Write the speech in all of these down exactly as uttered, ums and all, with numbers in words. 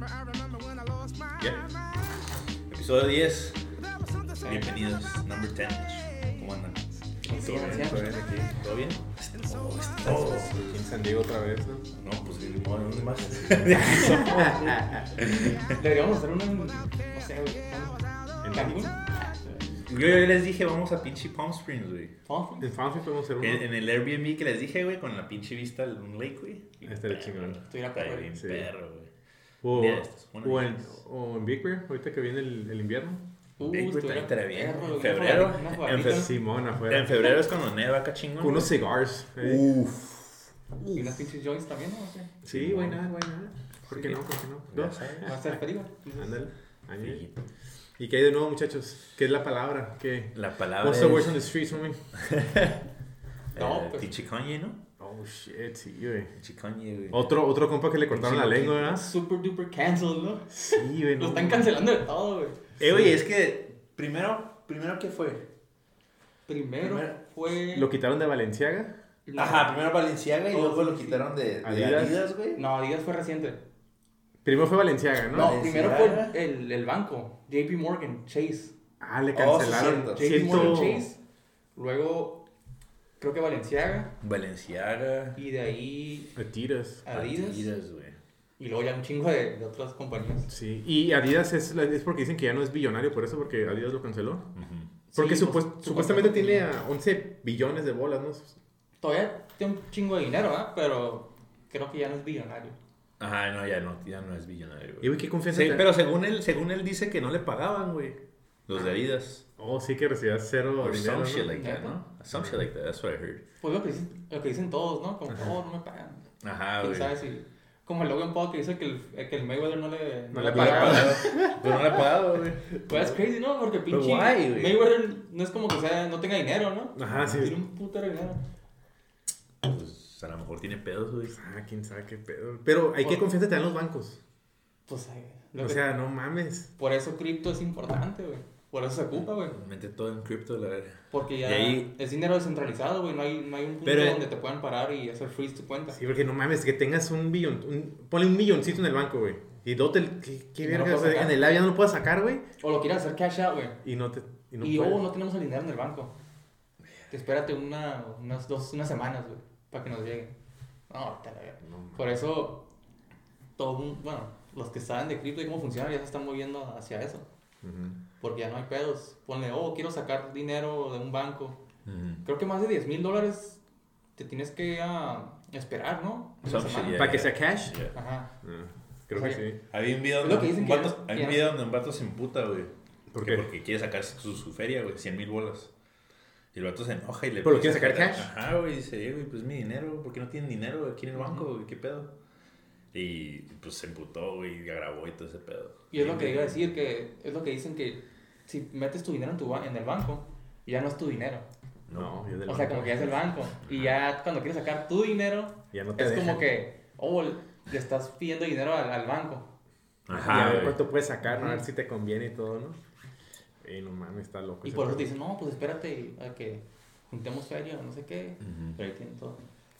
Yeah. Episodio diez. Bienvenidos, number ten. ¿Cómo andan? ¿Todo bien? ¿Todo bien aquí? ¿Todo bien? Oh, oh, aquí en San Diego otra vez, ¿no? No, pues ni modo, ¿dónde más? Deberíamos hacer una en, no sé, güey, ¿En Cancún. Yo les dije, vamos a pinche Palm Springs, güey. ¿Cómo? En Fancy podemos hacer uno. En, en el Airbnb que les dije, güey, con la pinche vista de un lake, güey. Este era chingón. Estuviera Está perro, bien sí. perro, güey. O, Mira estos, bueno, o, en, estos. o en Big Bear, ahorita que viene el, el invierno. Uh, Big, güey, estuviera estaría bien. perro, En una febrero, jugadita, una en jugadita. fe- Simón afuera. En febrero es cuando neva acá chingón. Con unos güey. cigars. eh. Uf. Y unas pinches joints también, ¿no? O sea, Sí, why not, why not. ¿Por qué no? ¿Por qué no? Ya ¿No? sabes. va a ser frío. Ándale. Ándale. Sí. ¿Y qué hay de nuevo, muchachos? ¿Qué es la palabra? ¿Qué? La palabra What's the es... words on the streets, homie? No, eh, pues. Tichicañe, ¿no? Oh, shit, sí, güey. Tichicañe, güey. Otro, otro compa que le cortaron la Sí, lengua, ¿verdad? Super duper cancel, ¿no? Sí, güey. Lo no, están no. cancelando de todo, güey. Eh, oye, es que primero, primero ¿qué fue? Primero Primero. fue. Lo quitaron de Valenciaga. No. Ajá, primero Balenciaga y Oh, luego sí, lo sí. quitaron de, de Adidas. Adidas, güey. No, Adidas fue reciente. Primero fue Valenciaga, ¿no? No, Balenciaga. primero fue el, el banco. J P Morgan, Chase. Ah, le Oh, sí, cancelaron. cierto. J P Ciento- Morgan Chase. Luego, creo que Valenciaga. Balenciaga. Y de ahí Adidas. Adidas. Adidas, güey. Y luego ya un chingo de, de otras compañías. Sí, y Adidas es, la- es porque dicen que ya no es billonario por eso, porque Adidas lo canceló. Ujú. Porque Sí, supuest- pues, supuestamente supuestamente tiene a once billones de bolas, ¿no? Todavía tiene un chingo de dinero, ¿ah? Pero creo que ya no es billonario. Ajá, no, ya no, ya no es billonario, Y güey. güey, qué confianza. Sí, te- pero según él, según él dice que no le pagaban, güey. Los de Adidas. Oh, sí que recibía cero Or dinero, some ¿no? shit like that, ¿no? Some shit like that, that's what I heard. Pues lo que dicen, lo que dicen todos, ¿no? Como, oh, no me pagan. Ajá, ¿Quién güey. sabe si...? Como el Logan Paul que dice que el, que el Mayweather no le, No no le le No le ha pagaba. pagado. Pero no le ha pagado, güey. Pues es crazy, ¿no? Porque Pero pinche guay, güey. Mayweather no es como que sea, no tenga dinero, ¿no? Ajá, sí. Tiene un putero de dinero. Pues a lo mejor tiene pedos, güey. Ah, quién sabe qué pedo. Pero hay que Por- confianza te dan los bancos. Pues, eh, lo O que- sea, no mames. por eso cripto es importante, güey. Por eso se ocupa, güey. Mete todo en cripto, la verdad. Porque ya Y ahí- es dinero descentralizado, güey. No hay, no hay un punto Pero- donde te puedan parar y hacer freeze tu cuenta. Sí, porque no mames, que tengas un billón, un, ponle un milloncito en el banco, güey. Y no te, ¿qué, qué Y no verga? lo O puedes sea, sacar. en el labio no lo puedes sacar, güey. O lo quieres hacer cash out, güey. Y no te, y no Y puedes. oh, no tenemos el dinero en el banco. Te espérate una, unas dos, unas semanas, güey, para que nos llegue. No, te la verga. No, mames. Por eso, todo, un- bueno, los que saben de cripto y cómo funciona ya se están moviendo hacia eso. Ujú. Porque ya no hay pedos. Ponle, oh, quiero sacar dinero de un banco. Ujú. Creo que más de diez mil dólares te tienes que ah, esperar, ¿no? Una Some semana. shit, yeah. ¿Para que sea cash? Yeah. Ajá. Ah, creo O sea, que sí. Había un video Es donde lo que dicen un que vato, ya no- hay que un ya video no- donde un vato se emputa, güey. ¿Por Que qué? Porque quiere sacar su, su feria, güey, cien mil bolas. Y el vato se enoja y le ¿Pero lo empieza quiere sacar a- cash? Ajá, güey, dice, eh, güey, pues mi dinero, ¿por qué no tienen dinero aquí en el banco, güey? ¿Qué pedo? Y pues se emputó, güey, y grabó y todo ese pedo. Y es lo que iba a decir, que es lo que dicen que si metes tu dinero en, tu, ba- en el banco, ya no es tu dinero. No, yo del O sea, banco. como que ya es el banco. Y ya cuando quieres sacar tu dinero, Ya no te es dejan. como que, oh, le estás pidiendo dinero al, al banco. y a Ajá, ver güey. cuánto puedes sacar, ¿no? a ver Ujú. si te conviene y todo, ¿no? Ey, no mames, está loco. Y ese por eso pedo. te dicen, no, pues espérate a que juntemos feria o no sé qué. Ujú. Pero ahí tienen todo.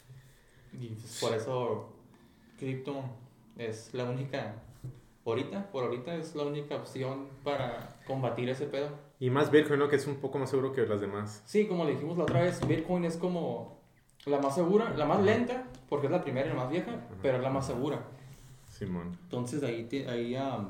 Y pues por eso, cripto es la única, ahorita, por ahorita es la única opción para combatir ese pedo. Y más Bitcoin, ¿no? Que es un poco más seguro que las demás. Sí, como le dijimos la otra vez, Bitcoin es como la más segura, la más lenta, porque es la primera y la más vieja, pero es la más segura. Simón. Entonces ahí, ti- ahí, um,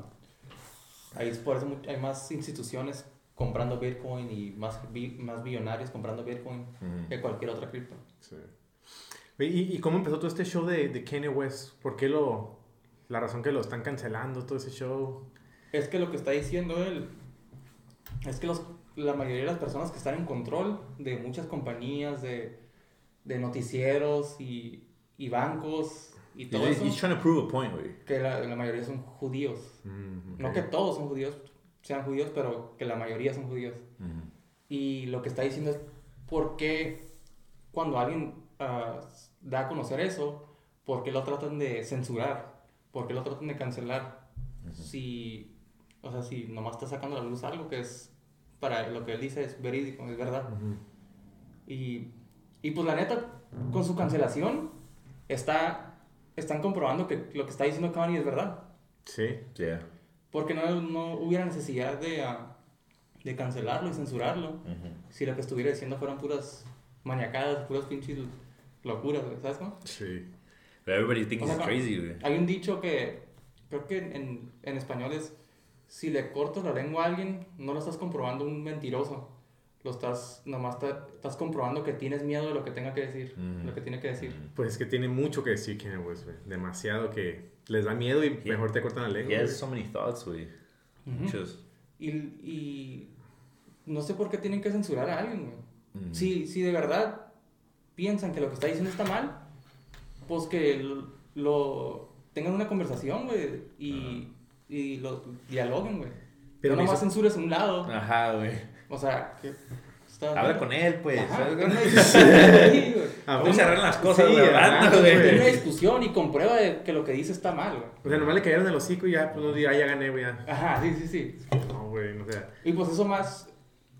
ahí es por eso mu- hay más instituciones comprando Bitcoin y más, bi- más billonarios comprando Bitcoin Ujú. que cualquier otra cripto. Sí. Oye, ¿Y, ¿Y cómo empezó todo este show de, de Kanye West? ¿Por qué lo... La razón que lo están cancelando, todo ese show? Es que lo que está diciendo él es que los, la mayoría de las personas que están en control de muchas compañías, de, de noticieros y, y bancos y He's, todo just- eso, he's trying to prove a point, güey. que la, la mayoría son judíos. Mm, No ok. que todos son judíos, sean judíos, pero que la mayoría son judíos. Ujú. Y lo que está diciendo es por qué cuando alguien ah, da a conocer eso, por qué lo tratan de censurar, por qué lo tratan de cancelar. Ujú. Si, o sea, si nomás está sacando a la luz algo que es, para lo que él dice es verídico, es verdad. Ujú. Y, y pues la neta, con su cancelación, está, están comprobando que lo que está diciendo Kanye es verdad. Sí. Yeah. Porque no, no hubiera necesidad de, uh, de cancelarlo y censurarlo. Uh-huh. Si lo que estuviera diciendo fueran puras maniacadas, puras pinches locuras, güey, ¿sabes cómo? Sí. But everybody thinks O sea, it's crazy, güey. Hay un dicho que creo que en, en español es: si le cortas la lengua a alguien, no lo estás comprobando un mentiroso. Lo estás, nomás te, estás comprobando que tienes miedo de lo que tenga que decir, Mm. lo que tiene que decir. Pues es que tiene mucho que decir Kanye West, güey. Demasiado que les da miedo y Yeah. mejor te cortan la lengua. He has güey. so many thoughts, güey. Ujú. Muchos. Y, y no sé por qué tienen que censurar a alguien, güey. Mm. Si, si de verdad piensan que lo que está diciendo está mal, pues que lo, lo- tengan una conversación, güey, y, y lo dialoguen, güey. Pero no me nomás hizo- censures un lado. Ajá, güey. O sea, que está... Habla con él, pues. Ajá, ¿sabes? ten una discusión, sí, güey. Ah, ¿Cómo se arreglan las cosas, Sí, güey? ajá, Hablando, güey. Ten una güey. discusión y comprueba de que lo que dice está mal, güey. O sea, nomás le cayeron el hocico y ya, pues, no, ya, ya gané, güey. Ya. Ajá, sí, sí, sí. No, güey, no sé. Y pues eso más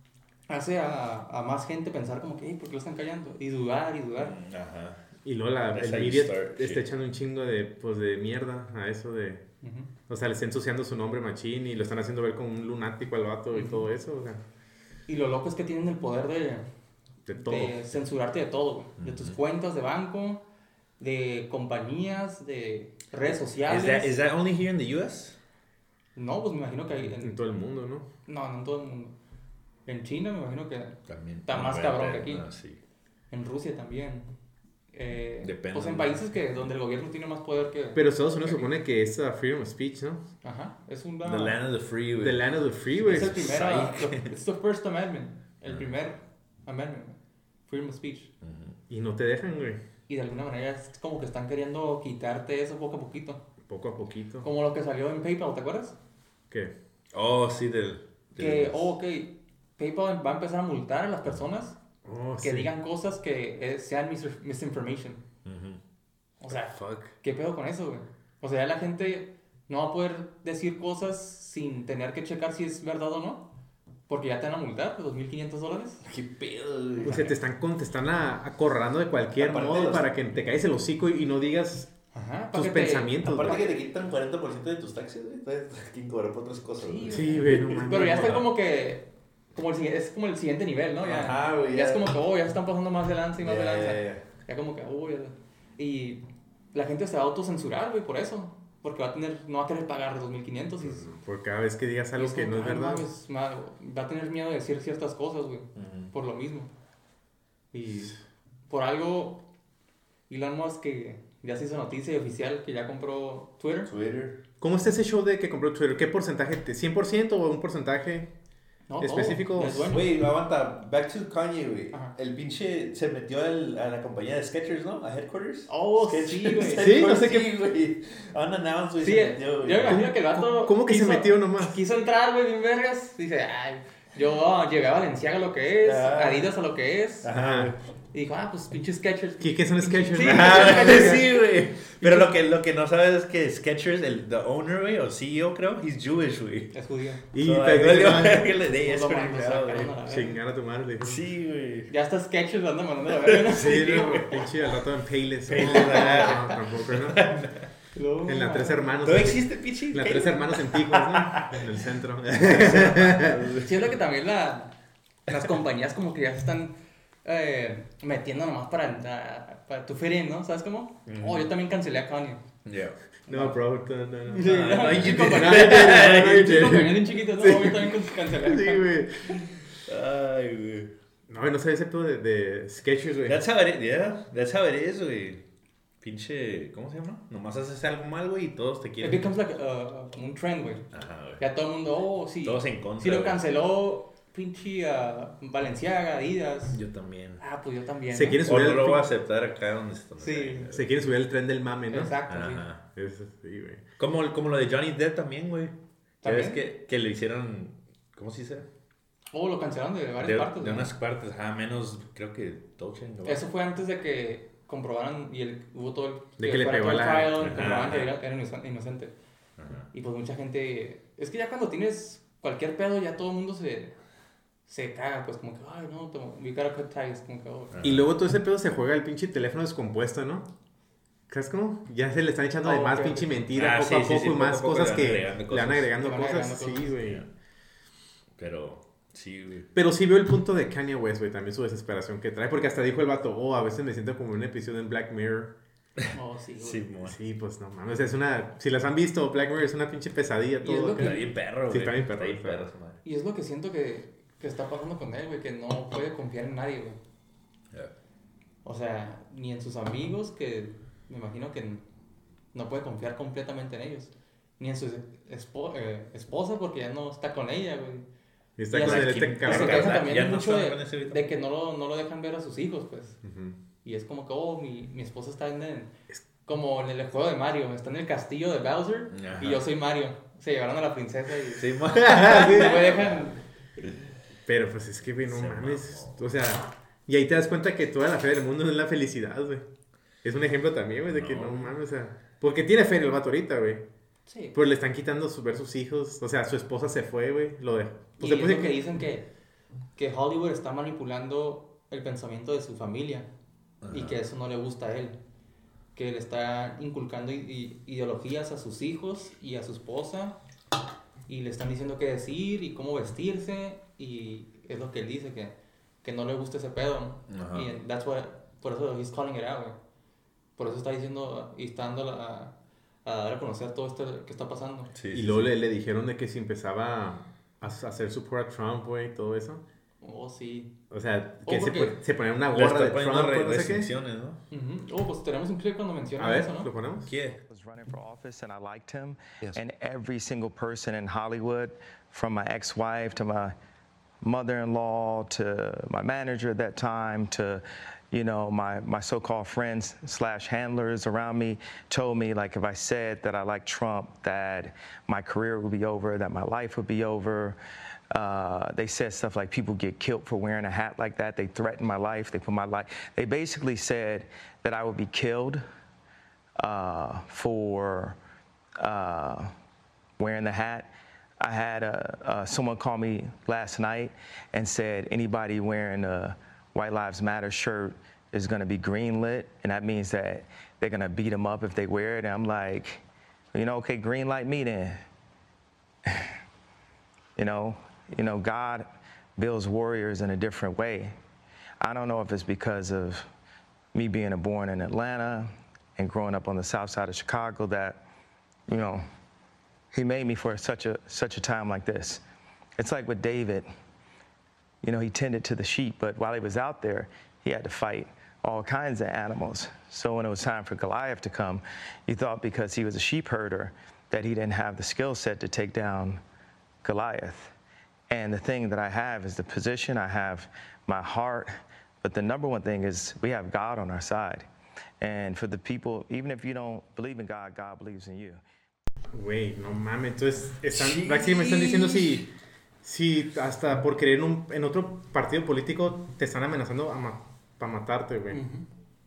hace a, a más gente pensar como que, "Ey, ¿por qué lo están callando?" Y dudar y dudar. Ajá. Y luego la, That's el how you media start está shit. echando un chingo de, pues, de mierda a eso de... Ujú. O sea, le está ensuciando su nombre machín y lo están haciendo ver como un lunático al vato y Ujú. todo eso, o sea, Y lo loco es que tienen el poder de, de todo. de censurarte de todo, güey. De tus Ujú. cuentas de banco, de compañías, de redes sociales. Is that, is that only here in the U S? No, pues me imagino que hay... En En, todo el mundo, ¿no? no, no en todo el mundo. En China me imagino que... También. Está más Bueno, cabrón que aquí. no, sí. En Rusia también. Eh, Depende, pues en ¿no? países que, donde el gobierno tiene más poder que... Pero Estados Unidos supone que es uh, freedom of speech, ¿no? Ajá, es un... The land of the free, güey. The land of the free, güey. Es el primer... Psych. uh, it's the first amendment. El Ah. primer amendment. Freedom of speech. Ujú. Y no te dejan, güey. Y de alguna manera es como que están queriendo quitarte eso poco a poquito. Poco a poquito. Como lo que salió en PayPal, ¿te acuerdas? ¿Qué? Oh, sí, del... del- Que, oh, ok, PayPal va a empezar a multar a las personas Oh, que sí. digan cosas que eh, sean mis- misinformation. Ujú. O sea, Fuck. ¿qué pedo con eso, güey? O sea, ya la gente no va a poder decir cosas sin tener que checar si es verdad o no. Porque ya te van a multar, dos mil quinientos dólares. Qué pedo, güey. O sea, te están, con- te están a- acorralando de cualquier Aparte modo de los- para que te caigas el hocico y, y no digas Ajá, tus para que te- pensamientos. Aparte güey. que te quitan cuarenta por ciento de tus taxes, güey. Entonces, hay que cobrar por otras cosas, Sí, güey. Sí, güey, no mames. Pero ya está como que... Como el, si- es como el siguiente nivel, ¿no? Ya, Ajá, güey, ya ya. es como que, oh, ya se están pasando más de lanza y más Ya, de lanza. ya, ya. Ya como que, uy, ya- y la gente se va a autocensurar, güey, por eso. Porque va a tener, no va a querer pagar dos mil quinientos y, Por cada vez que digas y algo es que como no es ay, verdad. mames, ma- va a tener miedo de decir ciertas cosas, güey, Ujú. por lo mismo. Y por algo, Elon Musk, que ya se hizo noticia y oficial que ya compró Twitter. Twitter. ¿Cómo está ese show de que compró Twitter? ¿Qué porcentaje? te- ¿cien por ciento o un porcentaje? No, Específico, todo, es dueño. Güey, aguanta. Back to Kanye, güey. Ajá. El pinche se metió al- a la compañía de Skechers, ¿no? A Headquarters. Oh, Skechers. sí, güey. Sí, no sé Sí, güey. Unannounced, güey. Sí, se metió, yo güey. me imagino que el vato... ¿Cómo que se quiso- metió nomás? Quiso entrar, güey, bien vergas. Dice, ay, yo llevé a Valenciaga a lo que es, Ah. Adidas a lo que es. Ajá. Y dijo, ah, pues pinches Skechers. ¿Qué, qué son Skechers? Sí. Ah, sí, güey. Pero lo que, lo que no sabes es que Skechers, el the owner, güey, o C E O, creo, he's Jewish, güey. Es judío. Y So, te like, valió dice, verga, le di Pues eso, lo mandó, güey. sacaron a la verga. chingar a tu madre. le dijeron. Sí, güey. Ya está Skechers anda mandando la verga. ¿no? Sí, no, pinche al rato en Payless. Payless, no, ah. tampoco, ¿no? No, En la Tres Hermanos. ¿Todo existe, pichi? En la Tres Hermanos en Ticos, ¿no? En el centro. Siento que también la, las compañías como que ya se están eh, metiendo nomás para, para, para tu fit in, ¿no? ¿Sabes cómo? Ujú. Oh, yo también cancelé a Kanye. Yeah. No, bro, no, no, no. Sí, No, no, you did. No, you compañías- did, no, you Muchas did. compañías bien chiquitas, no, Sí. yo también cancelé a Sí, Kanye. güey. Ay, güey. No, no sé ese pedo de, de Skechers, güey. That's how it is, yeah. That's how it is, güey. Pinche, ¿cómo se llama? Nomás haces algo mal, güey, y todos te It quieren. becomes like uh, como un trend, güey. Ajá, güey. Ya todo el mundo, oh, sí. Todos en contra, Si lo güey. canceló pinche uh, Valenciaga, Adidas. Yo también. Ah, pues yo también. Se ¿no? quiere O subir no al lo voy a pin- aceptar acá donde está. Sí. Se quiere subir al tren del mame, ¿no? Exacto, sí. Ajá. Eso sí, güey. Como, como lo de Johnny Depp también, güey. Ya ves ¿También? que, que le hicieron, ¿cómo se dice? Oh, lo cancelaron de varias De, partes. de ¿no? unas partes, ajá, menos, creo que Dolce ¿no? Eso fue antes de que comprobaran y el, hubo todo el... De que le fuera pegó todo el a la- trial, y Ajá. comprobaban que era, era inoc- inocente. Ajá. Y pues mucha gente... Es que ya cuando tienes cualquier pedo, ya todo el mundo se... Se caga, pues como que, ay, no, te- we gotta cut ties. Como que, oh. Y luego todo ese pedo se juega el pinche teléfono descompuesto, ¿no? ¿Sabes cómo? Ya se le están echando de Oh, más ok, pinche ok. mentira Ah, poco sí, a sí, poco sí, y poco más a poco cosas le van que agregando le van cosas. agregando Le van cosas. agregando Sí, cosas. güey. Yeah. Pero, sí, güey. Pero sí veo el punto de Kanye West, güey, también su desesperación que trae, porque hasta dijo el vato, oh, a veces me siento como en un episodio en Black Mirror. Oh, sí, güey. Sí, mo. Sí, pues no mames, es una, si las han visto, Black Mirror es una pinche pesadilla Y es todo. lo acá. que- Está bien perro, güey. Sí, está bien perro, Está bien está. perro esa madre. Y es lo que siento que, que está pasando con él, güey, que no puede confiar en nadie, güey. Yeah. O sea, ni en sus amigos, que me imagino que no puede confiar completamente en ellos. Ni en su espo- eh, esposa, porque ya no está con ella, güey. Y está Y con así- el este y Y se cabrón. queja Ya también no mucho está de, con ese ahorita. de que no lo, no lo dejan ver a sus hijos, pues. Ujú. Y es como que, oh, mi, mi esposa está en el, como en el juego de Mario, está en el castillo de Bowser Ajá. y yo soy Mario. Se llevaron a la princesa y Sí, mo. no me dejan. Pero pues es que, güey, no Se mames. mamó. O sea, y ahí te das cuenta que toda la fe del mundo no es la felicidad, güey. Es un ejemplo también, güey, de que No. no mames, o sea. Porque tiene fe el vato ahorita, güey. Sí. Pues le están quitando su, ver sus hijos. O sea, su esposa se fue, güey. Lo dejó. Pues Y después es de lo que dicen que, que Hollywood está manipulando el pensamiento de su familia y Ajá. que eso no le gusta a él. Que le está inculcando i- i- ideologías a sus hijos y a su esposa y le están diciendo qué decir y cómo vestirse y es lo que él dice, que, que no le gusta ese pedo. Ajá. Y that's what, por eso he's calling it out, güey. Por eso está diciendo y está dando a, a dar a conocer todo esto que está pasando. Sí, Y sí, luego sí. le, le dijeron de que si empezaba a, a hacer support a Trump, güey, todo eso. Oh, sí. O sea, Oh, que se, porque- pon- se ponían una Le gorra está de poniendo Trump, re- o no sé qué. restricciones, ¿no? Ujú. Oh, pues tenemos un clip cuando mencionan A ver, eso, ¿no? ¿lo ponemos? ¿Qué? was running for office and I liked him. Yes. And every single person in Hollywood, from my ex-wife to my mother-in-law to my manager at that time to, you know, my, my so-called friends slash handlers around me told me, like, if I said that I like Trump, that my career would be over, that my life would be over. Uh, they said stuff like people get killed for wearing a hat like that. They threatened my life. They put my life. They basically said that I would be killed uh, for uh, wearing the hat. I had uh, uh, someone call me last night and said anybody wearing a White Lives Matter shirt is going to be greenlit, and that means that they're going to beat them up if they wear it. And I'm like, you know, okay, green light me then. You know, you know, God builds warriors in a different way. I don't know if it's because of me being born in Atlanta and growing up on the south side of Chicago that, you know, he made me for such a such a time like this. It's like with David, you know, he tended to the sheep, but while he was out there, he had to fight all kinds of animals. So when it was time for Goliath to come, you thought because he was a sheep herder that he didn't have the skill set to take down Goliath. And the thing that I have is the position, I have my heart, but the number one thing is we have God on our side. And for the people, even if you don't believe in God, God believes in you. Güey, no mames. Entonces, están, prácticamente me están diciendo si, si hasta por creer en, un, en otro partido político te están amenazando ma, para matarte, güey. Ujú.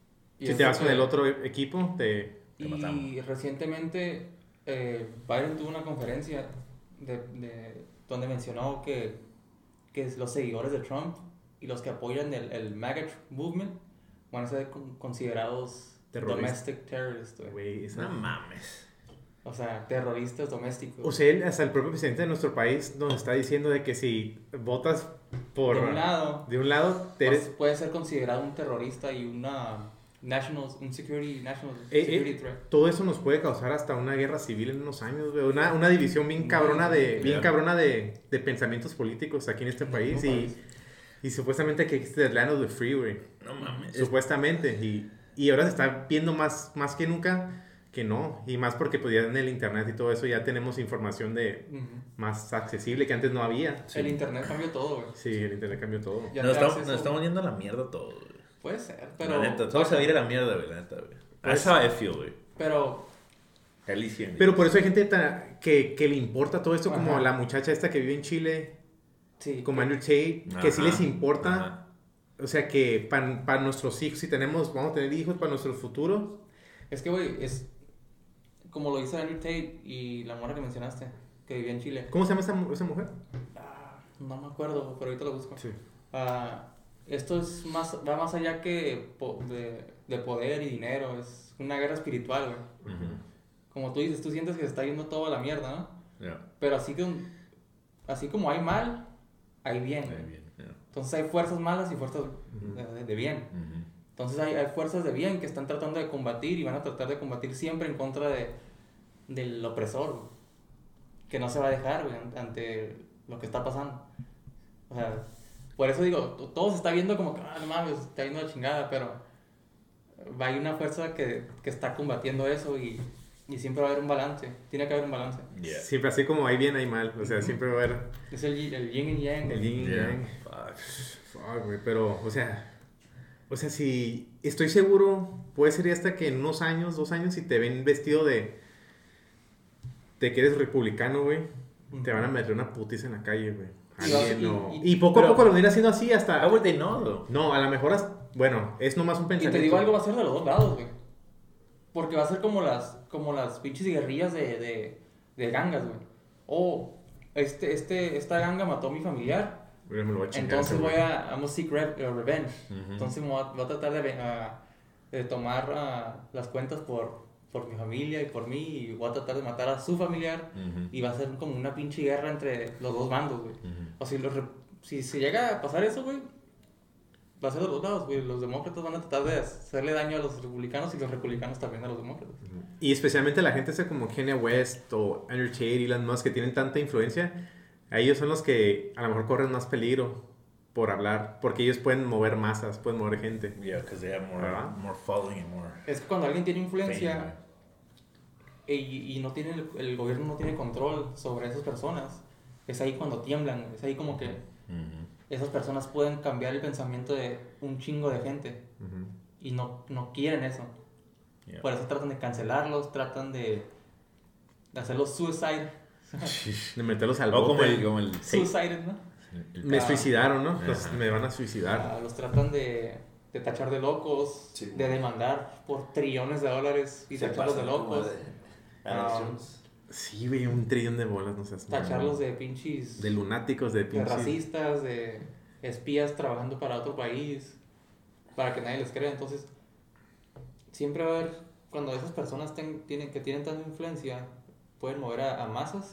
Y Si es te lo vas con que- el otro equipo, te... Te matamos. Y recientemente eh, Biden tuvo una conferencia de, de- donde mencionó que, que los seguidores de Trump y los que apoyan el, el MAGA movement van a ser con- considerados Terroristas. domestic terrorists, güey. Güey, esa- No mames. O sea, terroristas domésticos. O sea, él, hasta el propio presidente de nuestro país nos está diciendo de que si votas por... de un lado, De un lado, te pues, eres... puede ser considerado un terrorista y una national, un security, national Eh, security eh, threat. todo eso nos puede causar hasta una guerra civil en unos años, güey. Una, una división bien cabrona de, bien Yeah. cabrona de, de pensamientos políticos aquí en este país. No, Y, país. y supuestamente que existe el land of the free, güey. No mames. Supuestamente. Y, y ahora se está viendo más, más que nunca que no. Y más porque pues ya en el internet y todo eso ya tenemos información de Ujú. más accesible que antes no había. El internet cambió todo, güey. Sí, el internet cambió todo. Ya Nos te estamos, haces nos eso. estamos yendo a la mierda todo, güey. Puede ser, pero... La neta, todo se va a ir a la mierda, güey, la neta, güey. Pues- That's how I feel, güey. Pero Alicia. güey. Pero por eso hay gente tan- que, que le importa todo esto, como Ajá. la muchacha esta que vive en Chile, sí. como Andrew Tate, que sí Ajá, les importa. ajá. O sea, que para nuestros hijos, si tenemos, vamos a tener hijos para nuestros futuros. Es que, güey, es... Como lo hizo Andrew Tate y la mora que mencionaste, que vivía en Chile. ¿Cómo se llama esa, mu- esa mujer? Ah, no me acuerdo, pero ahorita lo busco. Sí. Ah, esto es más... Va más allá que... po- de, de poder y dinero, es una guerra espiritual, güey. Ujú. Como tú dices, tú sientes que se está yendo todo a la mierda, ¿no? Yeah. Pero así, que, así como hay mal, hay bien, güey. Muy bien, yeah. Entonces hay fuerzas malas y fuerzas de, de bien. Ujú. Entonces hay, hay fuerzas de bien que están tratando de combatir y van a tratar de combatir siempre en contra de, del opresor, güey. Que no se va a dejar, güey, ante lo que está pasando. O sea, por eso digo, todo se está viendo como que, ah, no mames, está yendo la chingada, pero hay una fuerza que, que está combatiendo eso y, y siempre va a haber un balance. Tiene que haber un balance. Yeah. Siempre así como hay bien, hay mal. O sea, siempre va a haber Es el, yi- el yin y yang. el yin y Yeah. yang. Fuck. Fuck, güey, pero, o sea... O sea, si... Estoy seguro, puede ser hasta que en unos años, dos años, si te ven vestido de... De que eres republicano, güey, te van a meter una putiza en la calle, güey. Y vas- Alguien y- o- y- Y poco pero- a poco lo van a ir haciendo así hasta... How would they know, though? No, a lo mejor... as- Bueno, es nomás un Y pensamiento. te digo algo, va a ser de los dos lados, güey. Porque va a ser como las, como las pinches guerrillas de, de, de gangas, güey. O este, este, esta ganga mató a mi familiar. Güey, me lo voy a chingar Entonces ese, voy güey. a, I'm gonna seek re- uh, revenge. Ujú. Entonces me voy a, voy a tratar de, ve- a- de tomar ah, las cuentas por, por mi familia y por mí. Y voy a tratar de matar a su familiar. Ujú. Y va a ser como una pinche guerra entre los dos bandos, güey. Ujú. O si, los re- si se llega a pasar eso, güey, va a ser de los dos lados, güey. Los demócratas van a tratar de hacerle daño a los republicanos y los republicanos también a los demócratas. Y especialmente la gente esa como Kanye West o Andrew Tate y las más que tienen tanta influencia, a ellos son los que a lo mejor corren más peligro por hablar, porque ellos pueden mover masas, pueden mover gente. Yeah, because they have more, ¿Verdad? more following and more Es que cuando alguien tiene fame, influencia y, y no tiene el, el gobierno no tiene control sobre esas personas, es ahí cuando tiemblan, es ahí como que güey. Ujú. esas personas pueden cambiar el pensamiento de un chingo de gente Ujú. y no, no quieren eso. Yeah. Por eso tratan de cancelarlos, tratan de, de hacerlos suicide. De meterlos al O como bote. el, como el Suicide, ¿no? el- Me Ah. suicidaron, ¿no? Pues Ajá. me van a suicidar. Ah, los tratan de, de tachar de locos, Sí. de demandar por trillones de dólares y Se tacharlos de pasan como locos, de Alex Ah. Jones. Sí, güey, un trillón de bolas, no seas mamón. tacharlos de pinches, De lunáticos, de de pinches... racistas, de espías trabajando para otro país, para que nadie les crea. Entonces, siempre va a haber, cuando esas personas ten- tienen, que tienen tanta influencia, pueden mover a, a masas,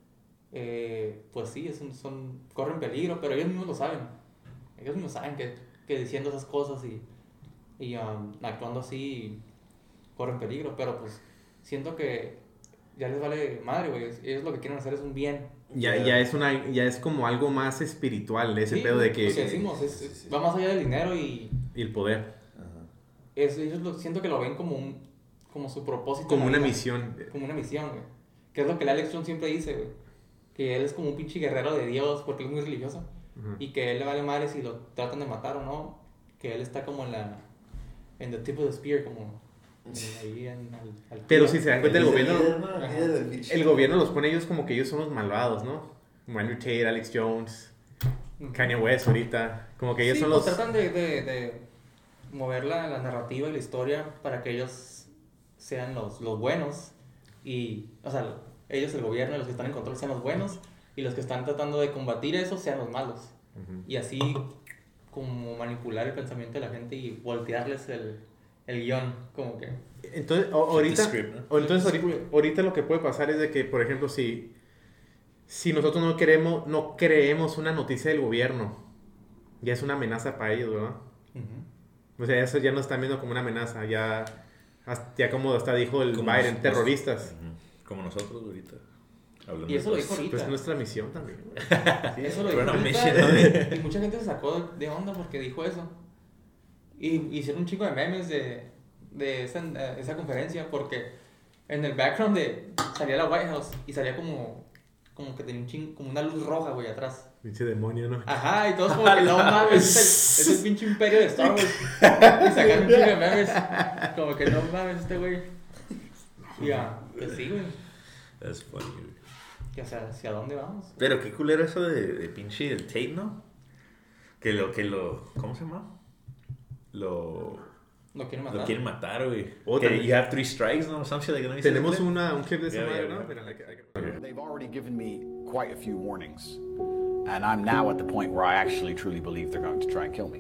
eh, pues sí, es un- son, corren peligro, pero ellos mismos lo saben. Ellos mismos saben que, que diciendo esas cosas y, y um, actuando así corren peligro, pero pues siento que ya les vale madre, güey. Ellos lo que quieren hacer es un bien. Ya, ya, es una, ya es como algo más espiritual, ese Sí, pedo de que... pues, decimos, es- Sí, sí, sí. va más allá del dinero y Y el poder. Ajá. es, ellos lo, siento que lo ven como un como su propósito. en Como la una vida. misión. Como una misión, güey. Que es lo que el Alex Jones siempre dice, güey. Que él es como un pinche guerrero de Dios porque él es muy religioso. Ujú. Y que él le vale madre si lo tratan de matar o no. Que él está como en la... En the tip of the spear, como... en- ahí en, al, al Pero tiro. si se dan cuenta, el Dice gobierno... líder, ¿no? El líder del pinche- El gobierno los pone ellos como que ellos son los malvados, ¿no? Como Andrew Tate, Alex Jones, Ujú. Kanye West ahorita. Como que ellos Sí, son pues los... tratan de, de, de mover la, la narrativa y la historia para que ellos sean los, los buenos y, o sea, ellos, el gobierno, los que están en control sean los buenos y los que están tratando de combatir eso sean los malos. Ujú. Y así como manipular el pensamiento de la gente y voltearles el, el guión, como que... Entonces, o- ahorita, script, ¿no? o entonces Flip the ahorita, ahorita lo que puede pasar es de que, por ejemplo, si, si nosotros no queremos, no creemos una noticia del gobierno, ya es una amenaza para ellos, ¿verdad? Ujú. O sea, eso ya no están viendo como una amenaza, ya, hasta- ya como hasta dijo el Como Biden, nos- terroristas. Ujú. Como nosotros ahorita. Hablando Y eso lo de dijo cosas. ahorita. Pues es nuestra misión también. güey. Eso lo We're dijo on a ahorita, mission. y mucha gente se sacó de, de onda porque dijo eso. Y hicieron un chico de memes de, de esa, esa conferencia porque en el background de, salía la White House y salía como, como que tenía un ching, como una luz roja, güey, atrás. Pinche demonio, ¿no? Ajá, y todos como que no mames, es el, es el pinche imperio de Star Wars. Y sacaron un chico de memes, como que no mames este güey. Y ya, pues sí, güey. That's funny, güey. Que, o sea, ¿hacia dónde vamos? Pero qué culero eso de, de pinche el Tate, ¿no? Que lo, que lo, ¿cómo se llama? Lo, Lo quieren matar. lo quieren matar, güey. Oh, que también. you have three strikes, ¿no? Some shit like that. Tenemos una, un clip de esa Yeah, madre, yeah, ¿no? yeah. Pero hay que- hay que- They've already given me quite a few warnings. And I'm now at the point where I actually truly believe they're going to try and kill me.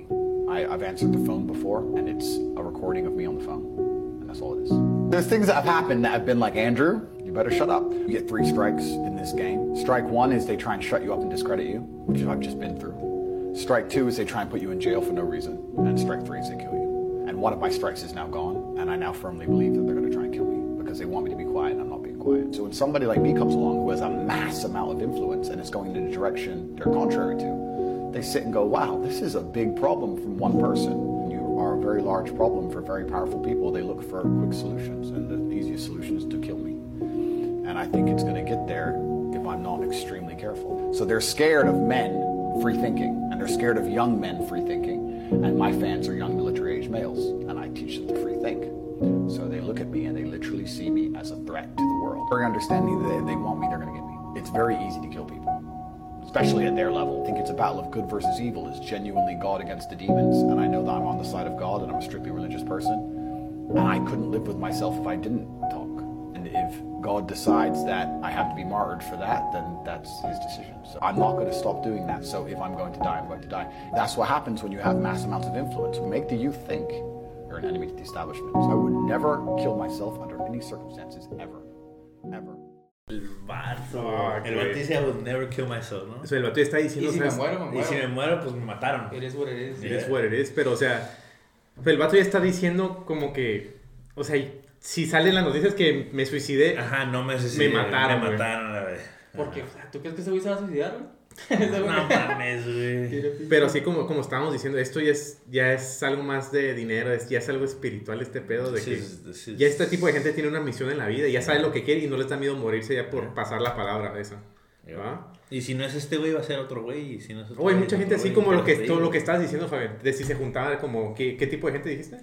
I, I've answered the phone before, and it's a recording of me on the phone. And that's all it is. There's things that have happened that have been like, Andrew, you better shut up. You get three strikes in this game. Strike one is they try and shut you up and discredit you, which I've just been through. Strike two is they try and put you in jail for no reason. And strike three is they kill you. And one of my strikes is now gone, and I now firmly believe that they're going to try and kill me because they want me to be quiet, and I'm not being quiet. So when somebody like me comes along who has a mass amount of influence and is going in a direction they're contrary to, they sit and go, wow, this is a big problem from one person. You are a very large problem for very powerful people. They look for quick solutions, and the easiest solution is to kill me. And I think it's going to get there if I'm not extremely careful. So they're scared of men free thinking, and they're scared of young men free thinking. And my fans are young military-age males, and I teach them to free think. So they look at me and they literally see me as a threat to the world. Very understanding that if they want me, they're going to get me. It's very easy to kill people, especially at their level. I think it's a battle of good versus evil. It's genuinely God against the demons, and I know that I'm on the side of God, and I'm a strictly religious person. And I couldn't live with myself if I didn't talk. And if God decides that I have to be martyred for that, then that's his decision. So I'm not going to stop doing that. So if I'm going to die, I'm going to die. That's what happens when you have mass amounts of influence. Make the youth think you're an enemy to the establishment. So I would never kill myself under any circumstances, ever. Ever. El vato. Oh, el vato dice, I would never kill myself, ¿no? O sea, el vato está diciendo... Y si me ¿sabes? muero, me Y muero. si me muero, pues me mataron. It is what it is. It is what it is, pero o sea, el vato ya está diciendo como que, o sea, si salen las noticias que me suicidé, Ajá, no me suicidé. Me mataron, Me güey. mataron, a ver. Porque, o sea, ¿tú crees que ese güey se va a suicidar, güey? No mames, güey. pero así como, como estábamos diciendo, esto ya es, ya es algo más de dinero, es, ya es algo espiritual este pedo de This que is- this is- ya este tipo de gente tiene una misión en la vida y ya sabe lo que quiere y no les da miedo morirse ya por pasar la palabra esa. ¿Va? Y si no es este güey, va a ser otro güey. Y si no es otro O hay güey, mucha es gente otro así güey, como lo que, pero todo sí. lo que estabas diciendo, Fabián, de si se juntaba como, ¿qué, qué tipo de gente dijiste?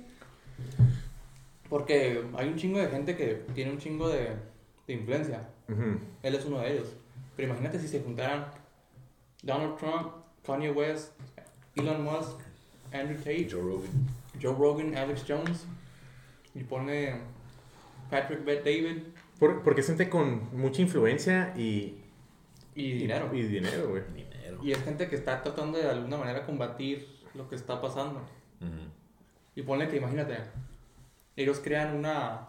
Porque hay un chingo de gente que tiene un chingo de, de influencia. Ujú. Él es uno de ellos. Pero imagínate si se juntaran Donald Trump, Kanye West, Elon Musk, Andrew Tate, Joe Rogan. Joe Rogan, Alex Jones, y pone Patrick Bet David Por- porque es gente con mucha influencia y, y dinero. y dinero, güey. Dinero. Y es gente que está tratando de alguna manera combatir lo que está pasando. Ujú. Y ponle que, imagínate, ellos crean una,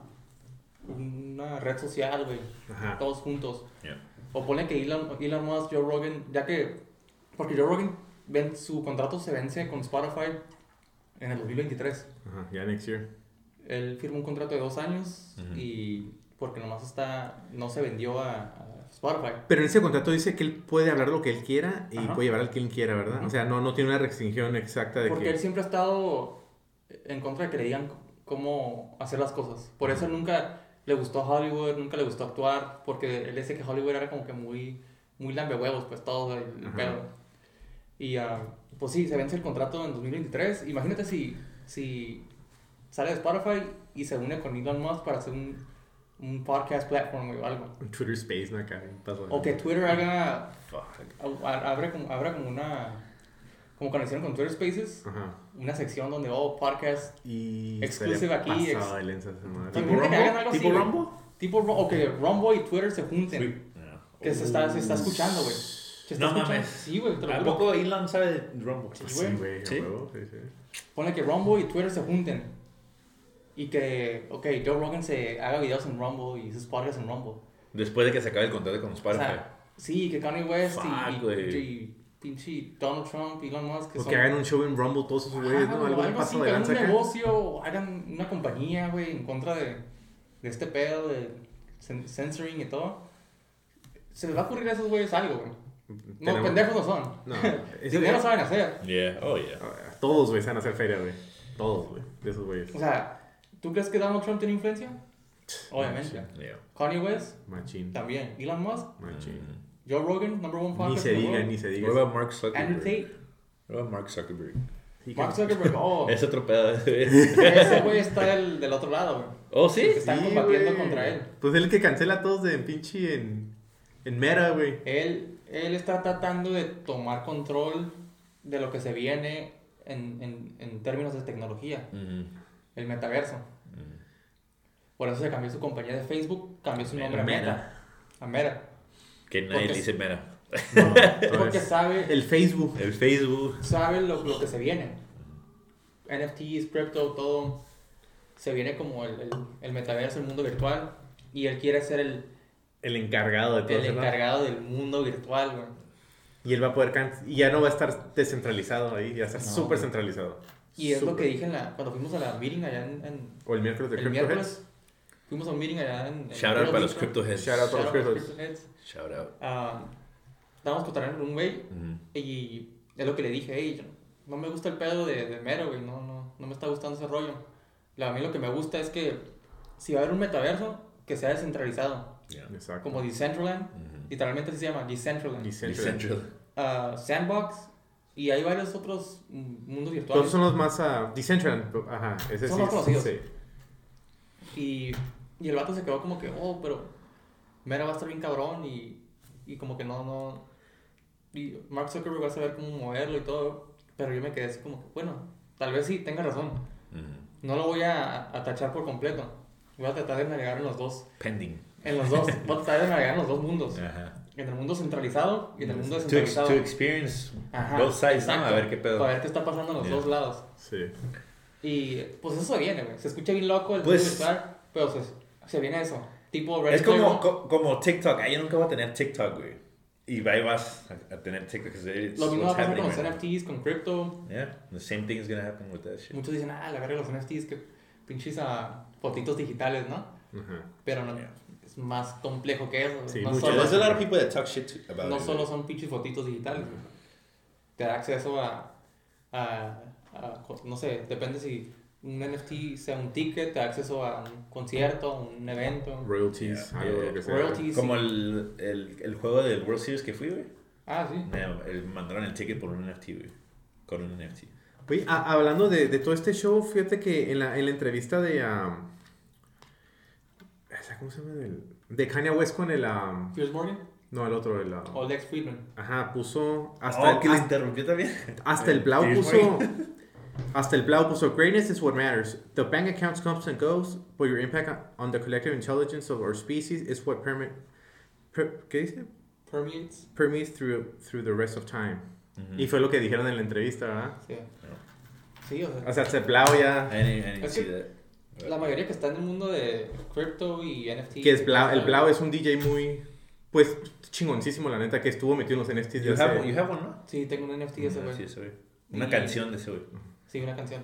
una red social, güey, Ajá. todos juntos. Yeah. O ponle que Elon, Elon Musk, Joe Rogan, ya que, porque Joe Rogan, ven, su contrato se vence con Spotify en el dos mil veintitrés. Ajá, ya next year. Él firmó un contrato de dos años Ujú. y porque nomás está, no se vendió a, a Spotify. Pero en ese contrato dice que él puede hablar lo que él quiera y Ajá. puede llevar al que él quiera, ¿verdad? Ujú. O sea, no, no tiene una restricción exacta de Porque que... él siempre ha estado en contra de que le digan cómo hacer las cosas. Por eso nunca le gustó Hollywood, nunca le gustó actuar, porque él dice que Hollywood era como que muy, muy lambehuevos, pues todo el, el Ajá. pedo. Y ah, pues sí, se vence el contrato en dos mil veintitrés. Imagínate si, si sale de Spotify y se une con Elon Musk para hacer un, un podcast platform o algo. Un Twitter Space, ¿no? Acá, un paso de- O que Twitter haga, Fuck. a- a- abra como, abra como una, como conexión con Twitter Spaces, Ajá. una sección donde, oh, podcast Y... Exclusive estaría aquí, pasado ex- de lenza esa madre. ¿Tipo ¿Tipo Rumble? Que hagan algo Rumble? así, ¿Tipo güey. Rumble? Tipo, o que Rumble y Twitter se junten. Yeah. Que se está, se está escuchando, güey. Se está No escuchando. mames. Sí, güey, te lo ¿A juro. poco Elon sabe de Rumble? Sí, Sí, güey. güey. a ¿Sí? huevo, sí, sí. Pone que Rumble y Twitter se junten. Y que, ok, Joe Rogan se haga videos en Rumble y sus podcasts en Rumble. Después de que se acabe el contrato con O Spotify. sea, sí, que Kanye West Fuck, y, y, güey. y pinche Donald Trump, Elon Musk. Que O son, que hagan un show en Rumble todos esos güeyes, Ajá, ¿no? o Algo, algo así, paso que de hagan lanza un acá. negocio, o hagan una compañía, güey, en contra de, de este pedo de cen- censoring y todo. Se les va a ocurrir a esos güeyes algo, güey. No, Tenemos- pendejos no son. No, ese- Dinero saben hacer. Yeah, oh yeah. Todos, güey, saben hacer feria, güey. Todos, güey, de esos güeyes. O sea, ¿tú crees que Donald Trump tiene influencia? Obviamente. Yeah. Kanye West, Machín, también. Elon Musk, machín. Joe Rogan, number one Ni podcast se in the diga, world. ni se What diga. about Mark Andrew Zuckerberg? Tate, What about Mark Zuckerberg? Sí, Mark que- Zuckerberg, oh, Es otro pedo. ese güey está del, del otro lado, güey. Oh, sí. Que están Sí, combatiendo güey. contra él. Pues él que cancela a todos de pinche en, en Meta, güey. Él, él está tratando de tomar control de lo que se viene en, en, en términos de tecnología, Mhm. el metaverso. Por eso se cambió su compañía de Facebook, cambió su nombre a Meta. Meta. A Meta. Que nadie Porque- le dice mera. No, Porque entonces, sabe, el Facebook. El Facebook. sabe lo, lo que se viene. N F Ts, crypto, todo, se viene como el, el, el metaverso, el mundo virtual, y él quiere ser el, El encargado de todo el eso, ¿no? encargado del mundo virtual, güey. Y él va a poder... can- Y ya no va a estar descentralizado ahí, ya va a estar No, súper güey. centralizado. Y es lo Súper. que dije en la, cuando fuimos a la meeting allá en, en O el miércoles de el Crypto Heads. miércoles, fuimos a un meeting allá en... en Shout out Real para los Bitcoin. crypto heads. Shout out para los Shout out crypto Crypto Heads. Shout out. Ah, estábamos contando en un güey Ujú. y es lo que le dije, hey, yo- no me gusta el pedo de, de mero, güey, no, no, no me está gustando ese rollo. La- A mí lo que me gusta es que si va a haber un metaverso, que sea descentralizado, Yeah. Exacto. como Decentraland, Ujú. literalmente así se llama, Decentraland, Decentraland. Decentral. Ah, Sandbox, y hay varios otros mm, mundos Todos virtuales. son los más... ah, Decentraland. Ajá, ese Son sí. más conocidos. Sí. Y, y el vato se quedó como que, oh, pero Meta va a estar bien cabrón y, y como que no, no... Y Mark Zuckerberg va a saber cómo moverlo y todo, pero yo me quedé así como que, bueno, tal vez sí tenga razón. Ujú. No lo voy a, a tachar por completo. Voy a tratar de navegar en los dos. Pending. En los dos. Voy a tratar de navegar en los dos mundos. Ajá. En el mundo centralizado y en el mundo To, ex- descentralizado. to experience Ajá, both sides, ¿no? exacto. A ver qué pedo. Para ver qué está pasando en los Yeah. dos lados. Sí. Y pues eso se viene, güey. Se escucha bien loco el Pues- mundo virtual, pero se, se viene eso. Tipo Ready Es Player como, One. co- como TikTok. Ahí yo nunca voy a tener TikTok, güey. Y ahí vas a, a tener TikTok. 'cause it's Lo mismo va a what's pasar con happening los right N F Ts, con crypto. now. Yeah. The same thing is gonna happen with that shit. Muchos dicen, ah, la verga de los N F Ts, que pinches a fotitos digitales, ¿no? Ajá. Pero no, Yeah. es más complejo que eso. Sí, no mucho. solo, There's a lot of people that talk shit to- about no it. solo son pinches fotitos digitales. güey. Te da acceso a, a, a co- no sé, depende si un N F T sea un ticket, te da acceso a un concierto, a un evento. Royalties, Yeah, algo yeah. lo que sea. Royalties. Como el, el, el juego del World Series que fui, güey. Ah, sí. Me, el- mandaron el ticket por un N F T, güey. Con un N F T. Oye, a- hablando de, de todo este show, fíjate que en la, en la entrevista de... um, esa, ¿cómo se llama? Del- de Kanye West con el... um, Piers Morgan no, el otro, el... um, o Lex Friedman. ajá, puso... Hasta, Oh, el, que le hasta, interrumpió también. hasta el Blau Pierce puso... Morgan. Hasta el Blau puso... Greatness is what matters. The bank accounts comes and goes, but your impact on the collective intelligence of our species is what permit... Per, ¿Qué dice? Permeates. Permeates through, through the rest of time. Ujú. Y fue lo que dijeron en la entrevista, ¿verdad? Sí. Sí, o sea, O sea, hasta el Blau ya... I didn't, I didn't Es see que that. la mayoría que está en el mundo de crypto y N F T. Que es Blau, el Blau es un D J muy, pues, chingoncísimo, la neta, que estuvo metido en los N F Ts de You have, hace... you have one, ¿no? Sí, tengo un N F T de ese Ah, güey. sí, ese güey. Una Y- canción de ese güey. Sí, una canción.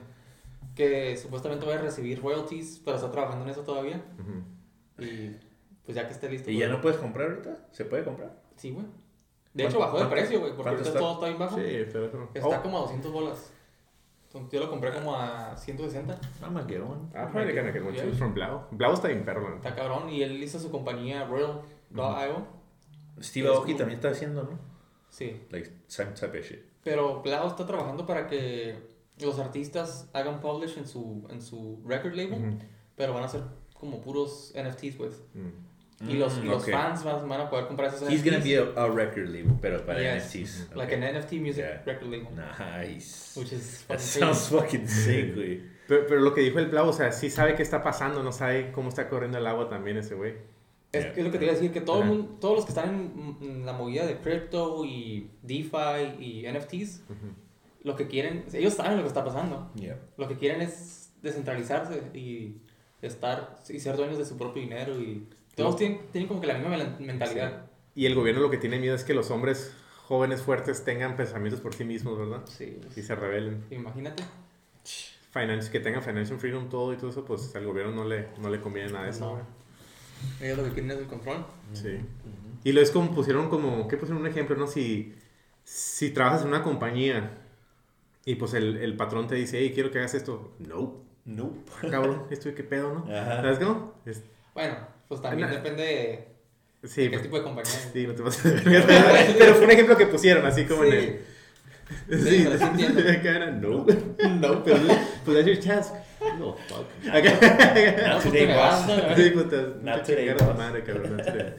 Que supuestamente voy a recibir royalties, pero está trabajando en eso todavía. Ujú. Y pues ya que esté listo. ¿Y pues, ya no puedes comprar ahorita? ¿Se puede comprar? Sí, güey. De ¿Cuánto- hecho, bajó de cuánto- precio, güey, porque cuánto ahorita está? todo está bien bajo. Sí, pero eso... Está Oh. como a doscientos bolas. Entonces, yo lo compré como a ciento sesenta. I'm gonna get one. Ah, probably gonna get one Yeah. too from Blau. Blau está bien perro, la neta. Está cabrón. Y él hizo su compañía Royal punto i o. Steve Es Aoki como- también está haciendo, ¿no? Sí. Like, same type of shit. Pero Blau está trabajando para que los artistas hagan publish en su, en su record label. Ujú. Pero van a ser como puros N F Ts, pues. Mm. Y los, y Mm, los okay. fans van, van a poder comprar esos He's N gonna F Ts. be a, a record label, pero para Yes. N F Ts. Like Okay. an N F T music Yeah. record label. Nice. Which is That fucking sounds crazy. fucking sick, güey. Pero, pero lo que dijo el Blau, o sea, sí sabe qué está pasando, no sabe cómo está corriendo el agua también ese güey. Es, Yeah. es lo que te iba a decir, que todo el Ajá. mundo- todos los que están en, en la movida de crypto y DeFi y N F Ts, Ujú. lo que quieren, ellos saben lo que está pasando. Yeah. Lo que quieren es descentralizarse y estar y ser dueños de su propio dinero y todos tienen, tienen como que la misma mel- mentalidad. Y el gobierno lo que tiene miedo es que los hombres jóvenes fuertes tengan pensamientos por sí mismos, ¿verdad? Sí, pues, Y se rebelen. imagínate. Finance, que tengan financial freedom, todo y todo eso, pues al gobierno no le, no le conviene nada de eso, No. güey. Ellos lo que quieren es el control. Sí. Y lo es como pusieron como, ¿qué pusieron un ejemplo, no? Si, si trabajas en una compañía y pues el, el patrón te dice, hey, quiero que hagas esto. No. Nope. Cabrón, esto qué pedo, ¿no? Ajá. ¿Sabes cómo? Es- Bueno, pues también Nah. depende de sí, qué pues, tipo de compañía. sí, no te pases de verga. Pero fue un ejemplo que pusieron, así como en el... Sí, pero sí entiendo. Acá era, no. No, Pero, pues that's your task. No, fuck. Acá. Not pues today, te boss. vas, Sí, puta. Not Not today, today, boss. madre, cabrón. not today.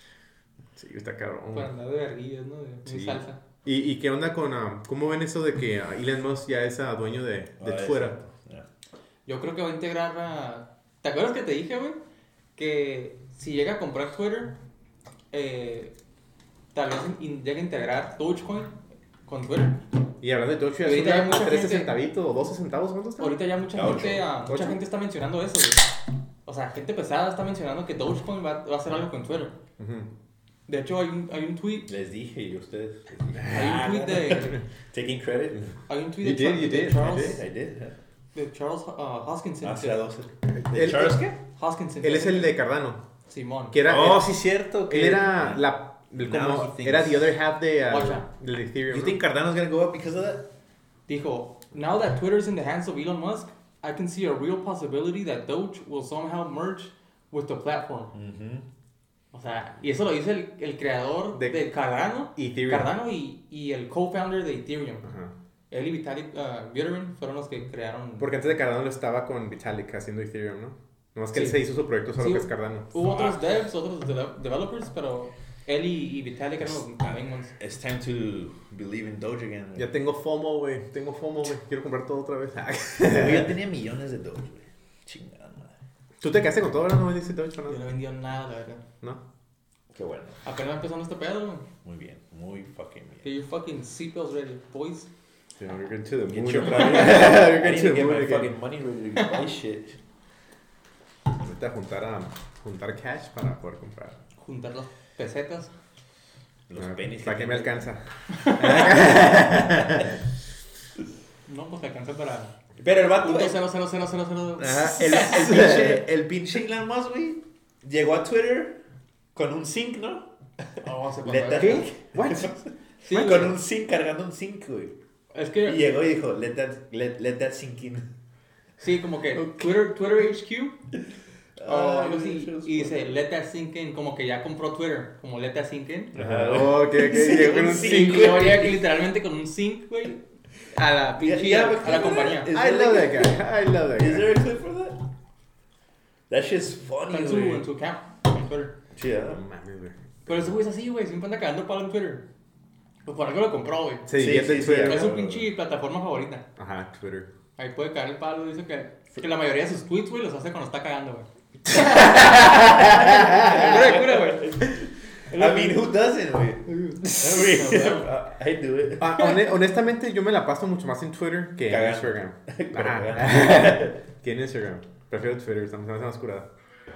Sí, está cabrón. Para andar de verguillas, ¿no? De muy Sí. salsa. ¿Y, ¿Y qué onda con... ah, ¿Cómo ven eso de que ah, Elon Musk ya es ah, dueño de, de Ah, Twitter? exacto. Yeah. Yo creo que va a integrar a... ¿Te acuerdas que te dije, güey? Que si llega a comprar Twitter, eh, tal vez in- llegue a integrar Dogecoin con Twitter. Y hablando de Doge, Y ahorita sube hay mucha a trece gente- centavitos o doce centavos, ¿cuánto está? Ahorita ya mucha A gente, ocho. ah, mucha ¿Ocho? gente está mencionando eso, güey. O sea, gente pesada está mencionando que Dogecoin va, va a hacer algo con Twitter. Ujú. De hecho, hay un, hay un tweet, Les dije, y ustedes. les dije. hay un tweet de, Taking credit. hay un tweet You de, Char- did, you de did, I Charles, did, I did. yeah. de Charles uh, Hoskinson. Ah, que- será doce. ¿De Charles qué? Hoskinson. Él es el de Cardano. Simón. Que era, Oh, él, sí, cierto. él era la... el Now como, he thinks- era the other half de, uh, Watcha. del Ethereum. You ¿no? think Cardano's gonna go up because of that? Dijo, now that Twitter's in the hands of Elon Musk, I can see a real possibility that Doge will somehow merge with the platform. Mm-hmm. O sea, y eso lo dice el, el creador De- de, Cardano, Ethereum. Cardano y, y el co-founder de Ethereum. Ajá. Él y Vitalik uh, Buterin fueron los que crearon. Porque antes de Cardano lo estaba con Vitalik haciendo Ethereum, ¿no? Nomás que él Sí. se hizo su proyecto solo Sí. que es Cardano. Hubo otros devs, otros de- developers, pero él y, y Vitalik eran los main ones. It's time to believe in Doge again. Ya tengo FOMO, güey. Tengo FOMO, güey. Quiero comprar todo otra vez. Yo ya tenía millones de Doge, güey. Chingada madre. ¿Tú te quedaste con todo ahora? ¿No vendiste Doge para Yo no nada? vendió nada, la verdad. ¿No? Qué bueno. Apenas va empezando este pedo, güey. Muy bien. Muy fucking bien. Get your fucking seatbelts ready, boys. Yeah, we're going to the Get moon. your otra money. vez. I We're going need to to the get moon my again. fucking money ready to buy shit. Ahorita juntar, a, juntar cash para poder comprar. Juntar las pesetas. Los Ah, pennies. ¿Para qué me alcanza? No, pues te alcanza para. Pero el vato. Punto cero cero cero cero cero. Ajá, el, el pinche, el pinche Elon Musk, güey, llegó a Twitter con un zinc, ¿no? Oh, se pasó Let that- de- ¿Qué? What? Sí, con güey. un zinc, cargando un zinc, güey. Es Y que, llegó y dijo, let that, let, let that sink in. sí, como que Twitter, Twitter H Q. O Ay, algo así. Dios, Y dice, let that sink in. Como que ya compró Twitter. Como let that sink in. Ajá. Oh, ok, ok. Sí, Llegó con un un zinc, Y cinco. luego llega literalmente con un zinc, güey. A la pinche. Yeah, a la compañía. Is I there love like that guy. I love that Is guy. there a clip for that? That shit's funny, En su, güey. en su account. En Twitter. Sí, ¿eh? No mames, güey. Pero ese güey es así, güey. Siempre anda cagando palo en Twitter. Pues por algo lo compró, güey. Se Sí, divierte sí, en sí, Twitter. Es sí. su pinche plataforma favorita. Ajá, Twitter. Ahí puede caer el palo. Dice que, que la mayoría de sus tweets, güey, los hace cuando está cagando, güey. Cura, cura, güey. I mean, who doesn't, güey? I mean, I do it. Ah, hone- honestamente, yo me la paso mucho más en Twitter que en Cagando. Instagram. Pero Ajá. Que en Instagram. Prefiero Twitter, estamos más más curada.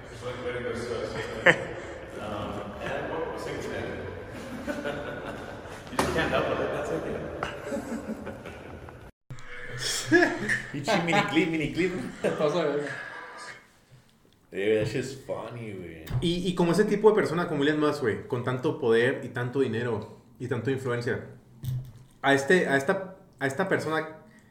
Pinche mini clip, mini clip. Paso de verga. Dude, that shit's funny, güey. Y, y como ese tipo de persona, como Elon Musk, güey, con tanto poder y tanto dinero y tanto influencia, a, este, a, esta, a esta persona,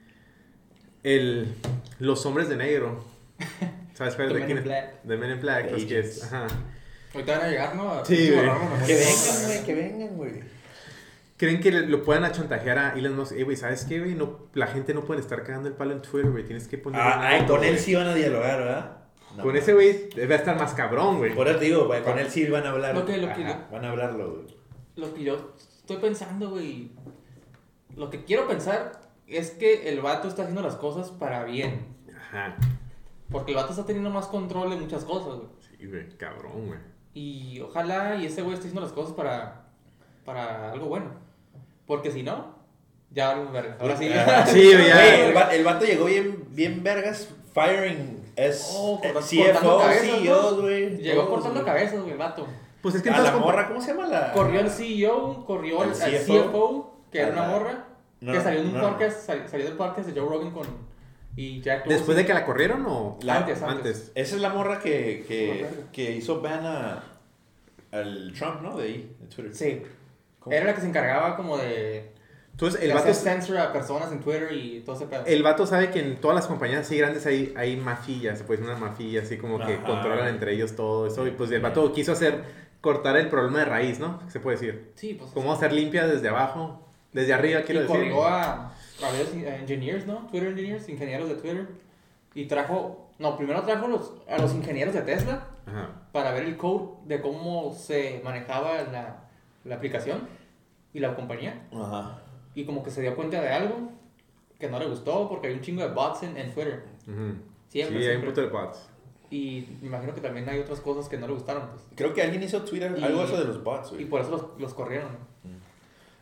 el, los hombres de negro, ¿sabes cuál es? The de Men quién in es? Black. The Men in Black, The los que es, Agents. ajá. Ahorita van a llegar, ¿no? A- Sí, güey. a- Que vengan, güey, que vengan, güey. Creen que le- lo puedan achantajear a Elon Musk. Eh, güey, ¿sabes qué, güey? No, la gente no puede estar cagando el palo en Twitter, güey. Tienes que poner... Ah, ay, con él sí van a dialogar, ¿verdad? No, Con no. ese güey va a estar más cabrón, güey. Por eso te digo, güey, con él sí van a hablar. Lo que- lo que- Ajá, van a hablarlo, güey. Lo que yo estoy pensando, güey. Lo que quiero pensar es que el vato está haciendo las cosas para bien. Ajá. Porque el vato está teniendo más control de muchas cosas, güey. Sí, güey, cabrón, güey. Y ojalá y ese güey esté haciendo las cosas para, para algo bueno. Porque si no, ya vamos a ver. Ahora sí. Ah, Sí, güey, ya. Güey, el, va- el vato llegó bien, bien vergas, firing es Oh, corta- C F cortando O, cabezas, C E ¿no? Os, güey. Llegó todos, cortando güey. cabezas, güey, el vato. Pues es que A entonces... la compa- morra, ¿cómo se llama la? Corrió el C E O, corrió ¿El el, C el F O? C F O, que era A una la- morra, No, que salió en un no. podcast, sal- salió del podcast de Joe Rogan con... Y Jack Dorsey. ¿Después de que la corrieron o...? La- Antes, antes. Esa es la morra que, que, Correcto. que hizo ban a, al Trump, ¿no? De ahí, de Twitter. Sí. ¿Cómo? Era la que se encargaba como de... Entonces, de el vato, hacer censor a personas en Twitter y todo ese pedo. el vato sabe que en todas las compañías así grandes hay, hay mafillas, pues una mafia así como que Ajá. controlan entre ellos todo eso. Y pues el vato quiso hacer, cortar el problema de raíz, ¿no? Se puede decir. Sí, pues... Cómo hacer limpia desde abajo, desde arriba, quiero y decir. corrió a, a varios in- a engineers, ¿no? Twitter engineers, ingenieros de Twitter. Y trajo... No, primero trajo los, a los ingenieros de Tesla Ajá. para ver el code de cómo se manejaba la, la aplicación y la compañía. Ajá. Y como que se dio cuenta de algo que no le gustó porque hay un chingo de bots en, en Twitter. Ujú. Siempre, Sí, hay un siempre. puto de bots. Y me imagino que también hay otras cosas que no le gustaron, pues. Creo que alguien hizo Twitter, Y- algo eso de los bots, Y güey. por eso los, los corrieron.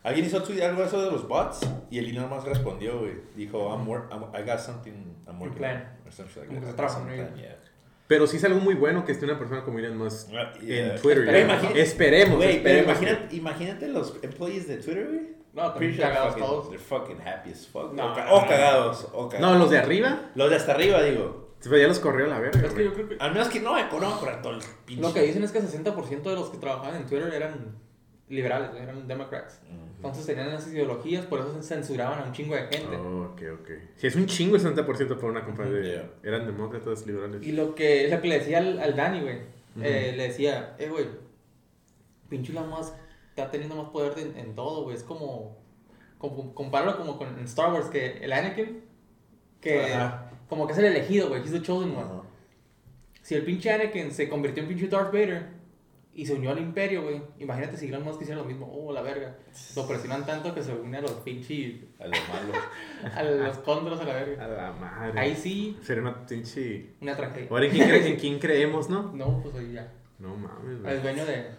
Alguien hizo tweet, algo de eso de los bots y el Elon Musk respondió, güey. Dijo, I'm work, I'm, I got something, I'm working plan. on. Or something like Como que that. se trabaja en Something, ello. yeah. Pero sí es algo muy bueno que esté una persona como Elon Musk Ah, yeah. en Twitter. Pero ya. imagínate- esperemos, Güey, pero esperemos. imagínate, imagínate los employees de Twitter, güey. No, Pretty también sure cagados fucking- todos. They're fucking happy as fuck. No. o, ca- o cagados, o cagados. No, los de arriba, Los de hasta arriba, digo. pero ya los corrió a la verga. Es que güey. yo creo que Al menos que no, no van a correr todo el pinche. lo que dicen es que sesenta por ciento de los que trabajaban en Twitter eran liberales, eran democrats. Entonces tenían esas ideologías, por eso censuraban a un chingo de gente. Oh, ok, ok. Si es un chingo el setenta por ciento por una compañía de... Yeah. Eran demócratas liberales. Y lo que, lo que le decía al, al Dani, güey, eh, le decía, eh, güey, pinche Elon Musk está teniendo más poder de- en todo, güey. Es como, como, compáralo como con en Star Wars, que el Anakin, que Ajá. como que es el elegido, güey, he's the chosen one. Ajá. Si el pinche Anakin se convirtió en pinche Darth Vader y se unió al imperio, güey, imagínate si Elon Musk hiciera lo mismo. Oh, la verga. Lo presionan tanto que se une a los pinches, A lo malo. a los cóndros a la verga. A la madre. Ahí sí, Sería una pinche... una tragedia. Ahora, ¿en quién, cre- en quién creemos, no? No, pues ahí ya. No mames, güey. Es dueño de,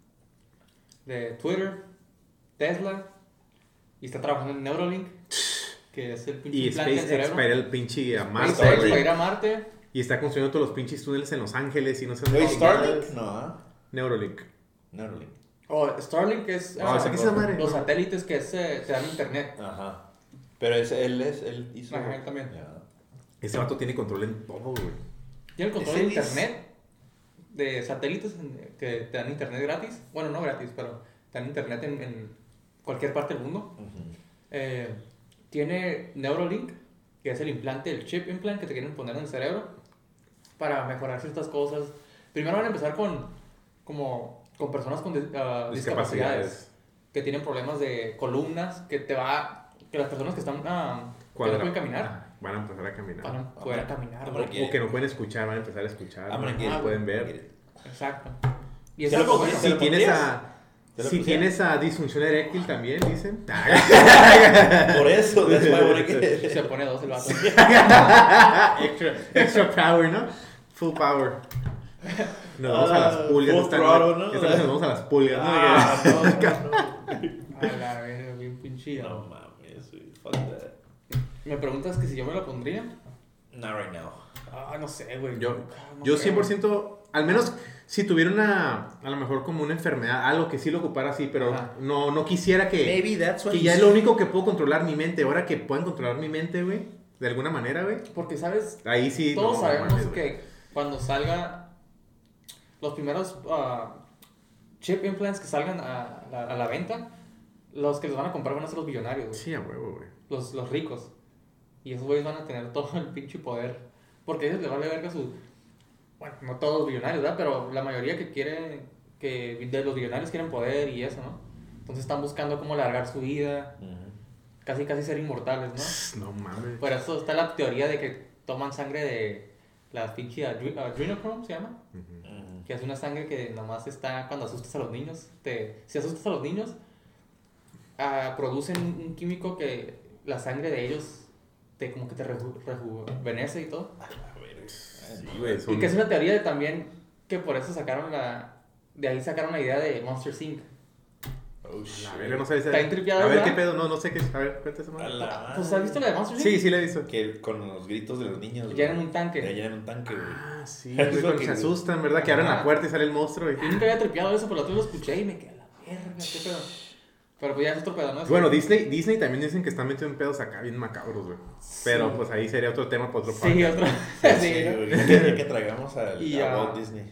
de Twitter, Tesla, y está trabajando en Neuralink, que es el pinche Y implante del SpaceX cerebro. para ir al pinche a Marte, SpaceX güey. para ir a Marte. Y está construyendo todos los pinches túneles en Los Ángeles y no sé Güey, dónde. Starlink? No, ¿ah? Neuralink. Neuralink. O Starlink es Ah, o sea, ¿qué es esa madre? los satélites que se, te dan internet. Ajá. Pero es, él es, él hizo. Ajá, él también. Ya. Ese vato tiene control en todo, güey. Tiene el control Ese de es- internet, de satélites en- que te dan internet gratis. Bueno, no gratis, pero te dan internet en, en cualquier parte del mundo. Ujú. Eh, tiene Neuralink, que es el implante, el chip implant que te quieren poner en el cerebro para mejorar ciertas cosas. Primero van a empezar con, como, con personas con dis- ah, discapacidades, que tienen problemas de columnas, que te va, que las personas que están, ah, que no Cuadra- pueden caminar, Ah, Van a empezar a caminar. van a poder caminar. Hombre, güey. O que no pueden escuchar, van a empezar a escuchar. Ah, hombre, ¿no? que- No pueden ver. que- Exacto. Y ¿Se es lo algo pongo- bueno. se Si lo tienes pondrías? a... ¿Te lo Si pusiera? tienes a disfunción eréctil también, dicen. Por eso, that's why I wanna get- Se pone dos el vato. extra, extra power, ¿no? Full power. Nos vamos a las Ah, pulgas. full esta throttle, noche. ¿no? Esta noche nos vamos a las pulgas, ¿no? Ah, no, no, no. A la verga, bien pinche. No mames, güey. Fuck that. Me preguntas que si yo me lo pondría. Not right now. Ah, no sé, güey. Yo, Ah, no yo creo. cien por ciento, al menos si tuviera una, a lo mejor como una enfermedad, algo que sí lo ocupara así, pero Ajá. no, no quisiera que, Maybe that's what que he's- ya es lo único que puedo controlar mi mente. Ahora que puedan controlar mi mente, güey, de alguna manera, güey, Porque, ¿sabes? ahí sí. Todos no, sabemos mames, güey. que cuando salga los primeros ah, chip implants que salgan a la, a la venta, los que los van a comprar van a ser los millonarios, güey. Sí, a huevo, güey. los, los ricos. Y esos güeyes van a tener todo el pinche poder. Porque a ellos les vale verga su... Bueno, no todos los millonarios, ¿verdad? Pero la mayoría que quieren... Que de los millonarios quieren poder y eso, ¿no? Entonces están buscando cómo alargar su vida. Ujú. Casi, casi ser inmortales, ¿no? No mames. Por eso está la teoría de que toman sangre de las pinches adre- adrenochrome, se llama. Ujú. Que es una sangre que nomás está cuando asustas a los niños. Te, si asustas a los niños, ah, producen un, un químico que la sangre de ellos te, como que te reju- rejuvenece y todo. A ver, Sí, güey, son- Y que es una teoría de también que por eso sacaron la... De ahí sacaron la idea de Monster Incorporated. Oh, shit. A ver, no sé. Está intripiado, A ver, ¿verdad? ¿qué pedo? No, no sé qué. A ver, cuéntame. A la Pues, ¿has visto la de Monster Sí, Incorporated? sí la he visto. Que con los gritos de los niños. güey. Llenan un tanque. Ya llenan un tanque, güey. Ah, sí, Es güey, lo cuando que- se asustan, ¿verdad? Que abren Ajá. la puerta y sale el monstruo. y- Yo nunca había tripeado eso, pero el otro lo escuché y me quedé a la verga, qué pedo. Pero pues ya es otro pedo, ¿no? Bueno, Disney, Disney también dicen que están metidos en pedos acá bien macabros, güey. Pero pues ahí sería otro tema para otro Sí, podcast. otro. Sí, Sí, ¿no? güey. Ya que, ya que traigamos al, Y a a- Walt Disney.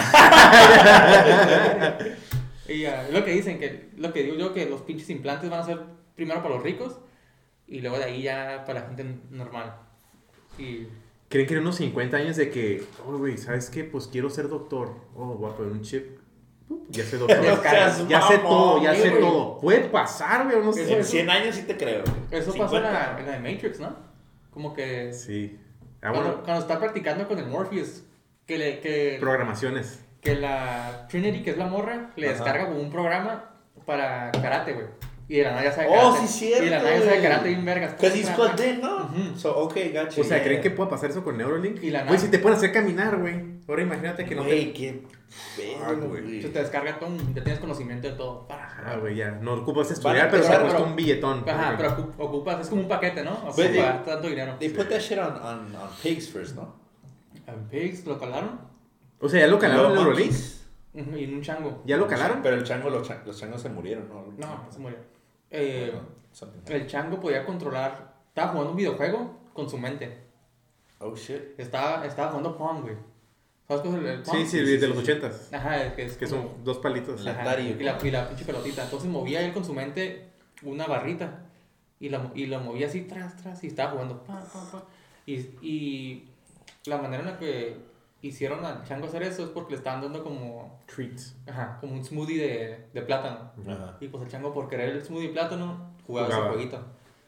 Y ya, es lo que dicen, que lo que digo yo, que los pinches implantes van a ser primero para los ricos y luego de ahí ya para la gente normal. Y ¿Creen que en unos cincuenta años de que, oh, güey, ¿sabes qué? Pues quiero ser doctor. Oh, voy a poner un chip. Ya soy doctor. No seas ya sé mamón, todo, ya sí, sé güey. todo. Puede pasar, güey, o no sé. Eso- En cien años sí te creo. eso pasó en cincuenta. la, en la de Matrix, ¿no? Como que Sí. Ah, cuando, bueno, cuando está practicando con el Morpheus, que, le, que, programaciones. que la Trinity, que es la morra, le Ajá. descarga como un programa para karate, güey. Y de la nada ya sabe Oh, karate. sí, cierto. Y de la nada ya sabe güey. karate bien vergas. Because he's plugged in, ¿no? Ujú. So, okay, gotcha. O sea, yeah. ¿creen que pueda pasar eso con Neuralink? Y la Güey, nave. si te pueden hacer caminar, güey. Ahora imagínate que no Güey, te... qué Ah, pedo, güey. güey. Se te descarga todo, ya tienes conocimiento de todo. Ah, güey, ya. No ocupas Van estudiar, a pero te empezar, cuesta pero- un billetón. Ajá, Ok. pero ocu- ocupas, es como un paquete, ¿no? Ocupas But they- tanto dinero. They put that shit on, on, on pigs first, ¿no? En Pigs lo calaron. O sea, ¿ya lo calaron en el Luego Eurolink? monkeys. Ujú, y en un chango. ¿Ya lo calaron? Pero el chango, los, chan- los changos se murieron, ¿no? No, se murió. Eh, Bueno, something. el chango podía controlar. Estaba jugando un videojuego con su mente. Oh, shit. Estaba, estaba jugando Pong, güey. ¿Sabes qué es el, el Pong? Sí, sí, Sí, sí, de los sí. ochentas. Ajá, es que es Que como- son dos palitos. La- Ajá, Atari. y la, y la pinche pelotita. Entonces movía él con su mente una barrita. Y la, y la movía así tras, tras. Y estaba jugando. Pa, pa, pa. Y, y la manera en la que hicieron al chango hacer eso es porque le estaban dando como, Treats. ajá, como un smoothie de, de plátano. Ajá. Y pues el chango, por querer el smoothie de plátano, jugaba, Jugaba. ese jueguito.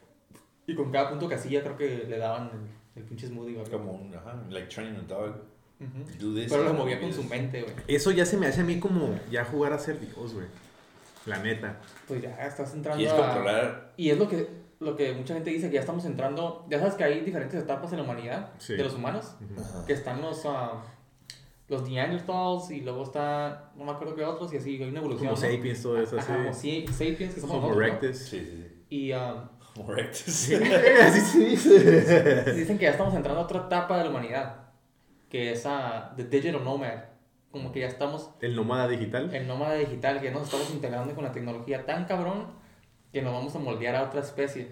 Y con cada punto que hacía, creo que le daban el, el pinche smoothie, güey. Como un, ajá, like training a dog. Ujú. Do this. Pero lo and movía do con this. su mente, güey. Eso ya se me hace a mí como ya jugar a ser Dios, güey. La neta. Pues ya estás entrando Y es a... controlar. Y es lo que, lo que mucha gente dice, que ya estamos entrando... Ya sabes que hay diferentes etapas en la humanidad, Sí. de los humanos. Ajá. Que están los... ah, los Neanderthals y luego está... No me acuerdo qué otros y así, hay una evolución. Como ¿no? Sapiens, todo eso así. Ajá, como si- Sapiens, que somos Homo nosotros, ¿no? erectus. Sí, sí, sí. Y ah, Correcto. Así se dice. dicen que ya estamos entrando a otra etapa de la humanidad. Que es a The Digital Nomad. Como que ya estamos... El nómada digital. El nómada digital, que ya nos estamos integrando con la tecnología tan cabrón que nos vamos a moldear a otra especie,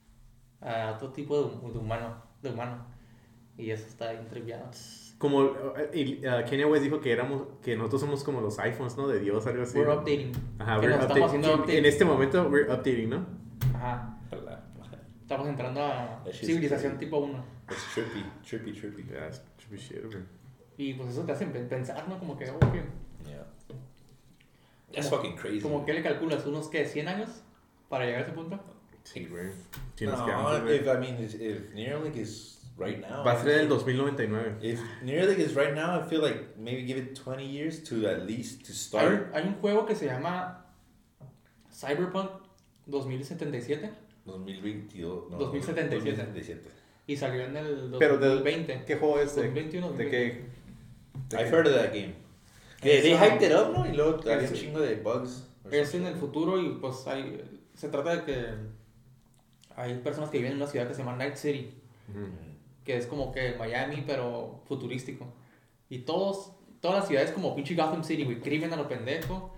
a otro tipo de, de humano, de humano. Y eso está intriviado. Como eh, y, uh, Kanye West dijo que éramos, que nosotros somos como los iPhones, ¿no? De Dios, algo así. We're updating. Ajá, Que we're nos update- estamos haciendo en- update. En este momento, we're updating, ¿no? Ajá. Estamos entrando a That shit's civilización crazy. tipo uno. It's trippy, trippy, trippy. Yeah, it's trippy shit, güey. Y pues eso te hace pe- pensar, ¿no? Como que, oh, ok. Yeah. That's Como- fucking crazy. Como que le calculas, unos que cien años para llegar a ese punto. Sí, güey. Sí, nos No, quedamos, güey. if I mean, if, if Neuralink is right now, Va a ser en el dos mil noventa y nueve. If Neuralink is right now, I feel like maybe give it twenty years to at least to Hay, start. hay un juego que se llama Cyberpunk dos mil setenta y siete twenty veintidós, no, dos mil setenta y siete. dos mil setenta y siete. y salió en el Pero del- dos mil veinte. ¿Qué juego es? dos mil veintiuno, ¿De qué? ¿De I've qué? heard of that game. They, they Esa- hyped it up, ¿no? Y luego había un Ese- chingo de bugs. or Es en something. el futuro y pues hay, se trata de que hay personas que viven en una ciudad que se llama Night City, Ujú. que es como que Miami pero futurístico. Y todos, todas las ciudades como pinche Gotham City, güey, crimen a lo pendejo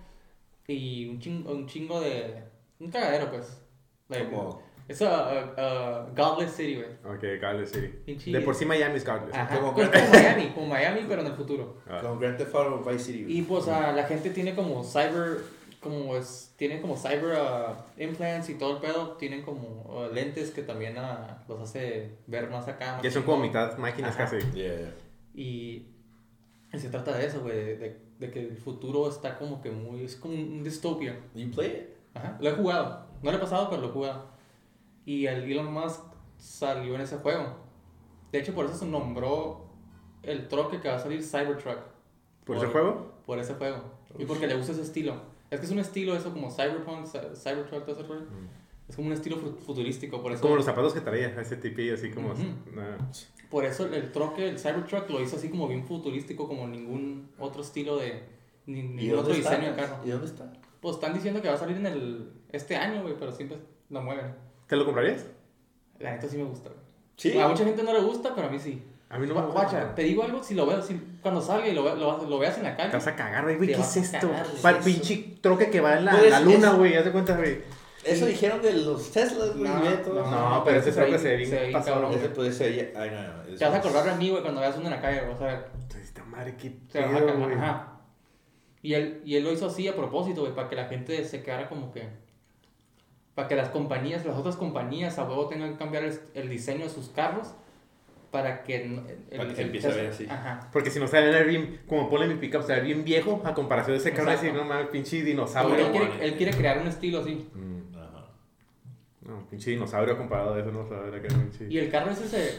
y un chingo, un chingo de... un cagadero pues. Like, Como- es a, a- a Godless City, güey. Ok, Godless City. Pinche- De por sí Miami es Godless. Ajá, Como- pues como Miami, como Miami pero en el futuro. Ah. Como Grand Theft Auto Vice City. Y pues a la gente tiene como cyber, como es, tienen como cyber uh, implants y todo el pedo, tienen como uh, lentes que también uh, los hace ver más acá. más Ya son chingón. como mitad máquinas Ajá. casi. Yeah. Y, y se trata de eso, güey, de, de, de que el futuro está como que muy, es como un distopia. You play it? Ajá, lo he jugado, no lo he pasado, pero lo he jugado. Y el Elon Musk salió en ese juego. De hecho, por eso se nombró el troque que va a salir Cybertruck. ¿Por ese juego? Por ese juego. Y porque le gusta ese estilo. Es que es un estilo eso como Cyberpunk, Cy- Cybertruck, todo ese rollo. Es como un estilo fu- futurístico. Por eso, Como los zapatos que traía, ese tipillo así como... Ujú. Nah. por eso el troque, el Cybertruck, lo hizo así como bien futurístico, como ningún otro estilo de... Ni, ¿Y ningún otro dónde está? diseño de carro. ¿Y dónde está? Pues están diciendo que va a salir en el este año, güey, pero siempre lo mueven. ¿Te lo comprarías? La neta sí me gusta, güey. Sí. A mucha gente no le gusta, pero a mí sí. A mí no me Gua- gusta. Guacha, te digo algo, si lo veo, si, cuando salga y lo, ve- lo, lo veas en la calle... Te vas a cagar, güey, güey. Te ¿Qué vas es a esto? cagar, güey. Para el ¿Qué es pinche troque que va en la, Pues, la luna, es- güey. Haz de cuenta, güey. Eso dijeron de los Teslas, güey. No, y de todo. No, pero ese se ve- troque se ve bien se ve bien pasado, cabrón, Ese güey. puede ser ya. Ay, no, no. eso Te vas a es- acordar de mí, güey, cuando veas uno en la calle, güey, o sea, Entonces, esta madre, qué te vas a pedo, calmar, güey. ajá. Y él, y él lo hizo así a propósito, güey, para que la gente se quedara como que... Para que las compañías, las otras compañías a huevo tengan que cambiar el, el diseño de sus carros para que... no- el- Para que se el- empiece a Tesla- ver así. Ajá. Porque si no se va a ver bien, como ponle mi pickup, se va a ver bien viejo a comparación de ese carro. Exacto. Así, no mames, pinche Porque dinosaurio. él, quiere, él quiere crear un estilo así. Mm, Ajá. No, pinche dinosaurio comparado a eso, no sabe la que pinche. Y el carro ese se,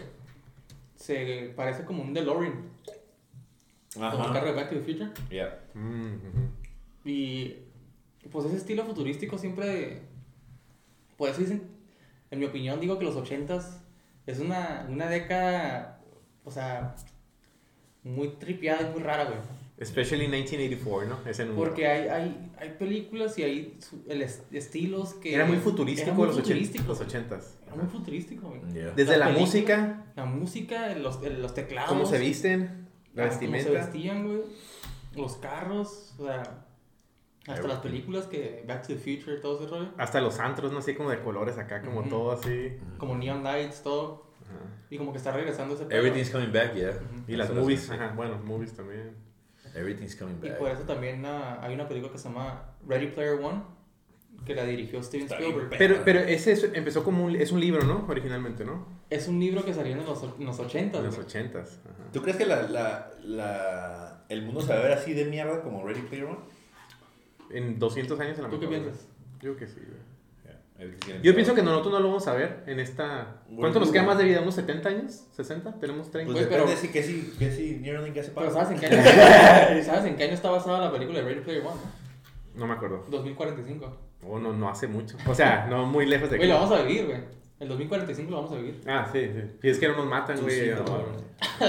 se parece como un DeLorean, como el carro Ajá. de Back to the Future. Yeah. Mm, ujú. Y pues ese estilo futurístico siempre, por eso dicen, en mi opinión digo que los ochentas es una, una década, o sea, muy tripeada y muy rara, güey. Especially in nineteen eighty-four, ¿no? Ese número. Porque hay, hay, hay películas y hay su- el est- estilos que... Era muy futurístico era muy los, futurístico. ochenta, los ochentas. Era muy futurístico, güey. Yeah. Desde La la película- música, La música, los, el- los teclados. cómo se visten, la ah, cómo se vestimenta. vestían, güey. Los carros, o sea... Hasta Everything. las películas que... Back to the Future, todo ese rollo. Hasta los antros, no sé, como de colores acá, como Ujú. todo así. Como Neon Lights, todo. Ajá. Y como que está regresando ese pedo. Everything's coming back, yeah. Ujú. Y las Eso movies, sí. ajá, bueno, movies también. Everything's coming Y back. por eso también ah, hay una película que se llama Ready Player One, que la dirigió Steven Está bien Spielberg. Pero, pero ese es- empezó como un, es un libro, ¿no? Originalmente, ¿no? Es un libro que salió en los, en los ochentas. En los güey. ochentas. Ajá. ¿Tú crees que la, la, la, el mundo se va a ver así de mierda como Ready Player One? En doscientos años a la ¿Tú qué mejor, piensas? güey. Yo que sí, güey. Yeah, everything's getting Yo better. pienso que nosotros no lo vamos a ver en esta... ¿Cuánto nos queda más de vida? ¿Unos setenta años? ¿sesenta? ¿Tenemos treinta? Pues Güey, depende pero- si que si, que si Neuralink ya se Pero paga. ¿sabes en qué año, ¿sabes en qué año está basada la película de Ready Player One? ¿no? No me acuerdo. dos mil cuarenta y cinco. Oh, no, no hace mucho. O sea, no muy lejos de Güey, aquí. lo vamos a vivir, güey. El dos mil cuarenta y cinco lo vamos a vivir. Ah, sí, sí. Si es que no nos matan, Tú güey. sí, no, no, no.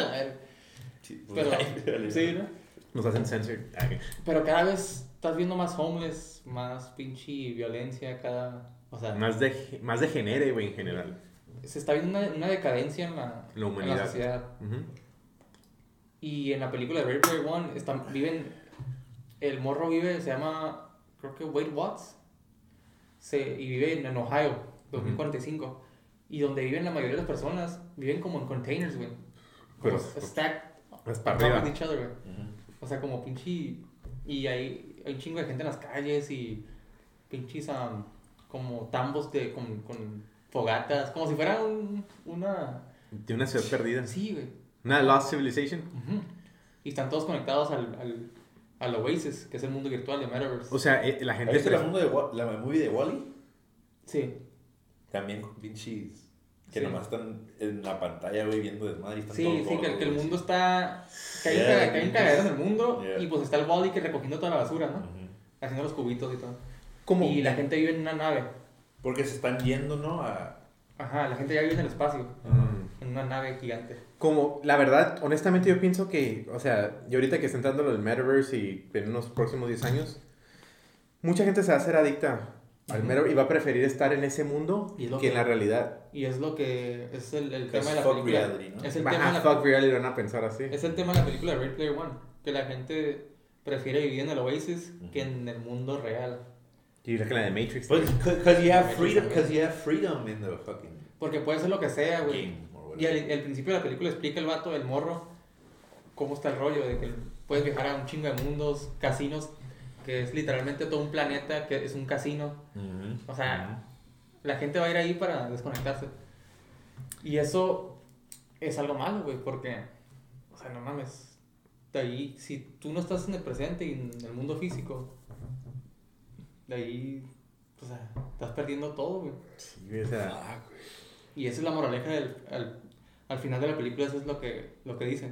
Sí, pues, Pero, ay, sí, ¿no? Nos hacen censor. Ah, ok. Pero cada vez estás viendo más homeless, más pinche violencia, cada... O sea, Más, de, más degenere, güey, en general. se está viendo una, una decadencia en la, La humanidad. en la sociedad. Ujú. Y en la película de Ready Player One están, viven... El morro vive, se llama, creo que Wade Watts. Se, y vive en Ohio, dos mil cuarenta y cinco. Y donde viven la mayoría de las personas, viven como en containers, güey. Pero- Como stacked Es on para top arriba. of each other, güey. O sea, como pinche... Y hay, hay un chingo de gente en las calles y pinches um, como tambos de, con, con fogatas, como si fuera un, una... De una ciudad perdida. Sí, güey. Una Lost Civilization. Ujú. Y están todos conectados al, al, al Oasis, que es el mundo virtual de Metaverse. O sea, eh, la ¿Has gente... visto la, pref- mundo de, Wa- la movie de Wall-E? Sí. También con pinches que Sí. nomás están en la pantalla, güey, viendo desmadre y están Sí, todos sí, que, gordos, que el güey. mundo está... Que hay, Yeah, un caga- que hay un pinches- cagadero en el mundo Yeah. y pues está el body que recogiendo toda la basura, ¿no? Ujú. Haciendo los cubitos y todo. Como... Y la gente vive en una nave. Porque se están yendo, ¿no? A... Ajá, la gente ya vive en el espacio. Mm. En una nave gigante. Como, la verdad, honestamente yo pienso que, o sea, y ahorita que está entrando lo del Metaverse y en unos próximos diez años, mucha gente se va a hacer adicta al Ujú. Metaverse y va a preferir estar en ese mundo Y es lo que en que- la realidad. Y es lo que es el, el Que tema es de la fuck película. reality, ¿no? Es el tema de Baja, la, fuck reality, van a pensar así. es el tema de la película de Ready Player One. Que la gente prefiere vivir en el Oasis que en el mundo real. Y la que la de Matrix. Pues, también. because you have Matrix freedom, también. because you have freedom in the fucking Porque puede ser lo que sea, güey. game. or Y al, whatever. al principio de la película explica el vato, el morro, cómo está el rollo de que puedes viajar a un chingo de mundos, casinos, que es literalmente todo un planeta que es un casino. Ujú. O sea, la gente va a ir ahí para desconectarse. Y eso es algo malo, güey, porque, o sea, no mames. De ahí, si tú no estás en el presente y en el mundo físico, de ahí, o sea, estás perdiendo todo, güey. Sí, o sea, Ah, güey. Y esa es la moraleja del, al, al final de la película, eso es lo que, lo que dicen.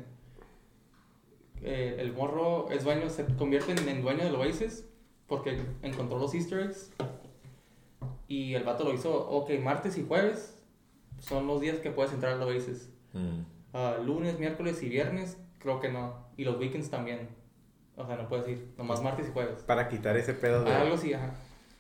Eh, el morro es dueño, se convierte en, en dueño del Oasis porque encontró los easter eggs. Y el vato lo hizo, ok, martes y jueves son los días que puedes entrar al Oasis. Mm. Ah, lunes, miércoles y viernes, creo que no. Y los weekends también. O sea, no puedes ir, nomás martes y jueves. para quitar ese pedo de... Ah, algo así, ajá.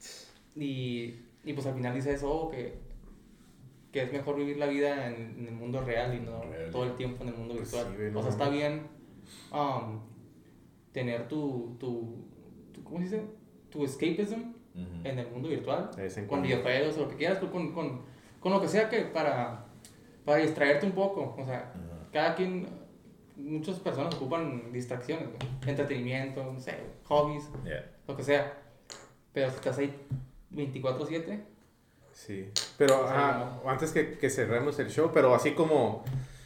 Y, y pues al final dice eso, oh, que, que es mejor vivir la vida en, en el mundo real y no Real. todo el tiempo en el mundo Pues virtual. sí, güey, no o sea, está mames. bien um, tener tu, tu, tu, ¿cómo se dice? Tu escapism Ujú. en el mundo virtual. De vez en Con cuando. videojuegos o lo que quieras, tú con, con, con lo que sea que para, para distraerte un poco. O sea, cada quien, muchas personas ocupan distracciones, güey. Entretenimiento, no sé, hobbies, Yeah. lo que sea. Pero si estás ahí veinticuatro siete, Sí, pero O sea, ah, antes que, que cerremos el show, pero así como,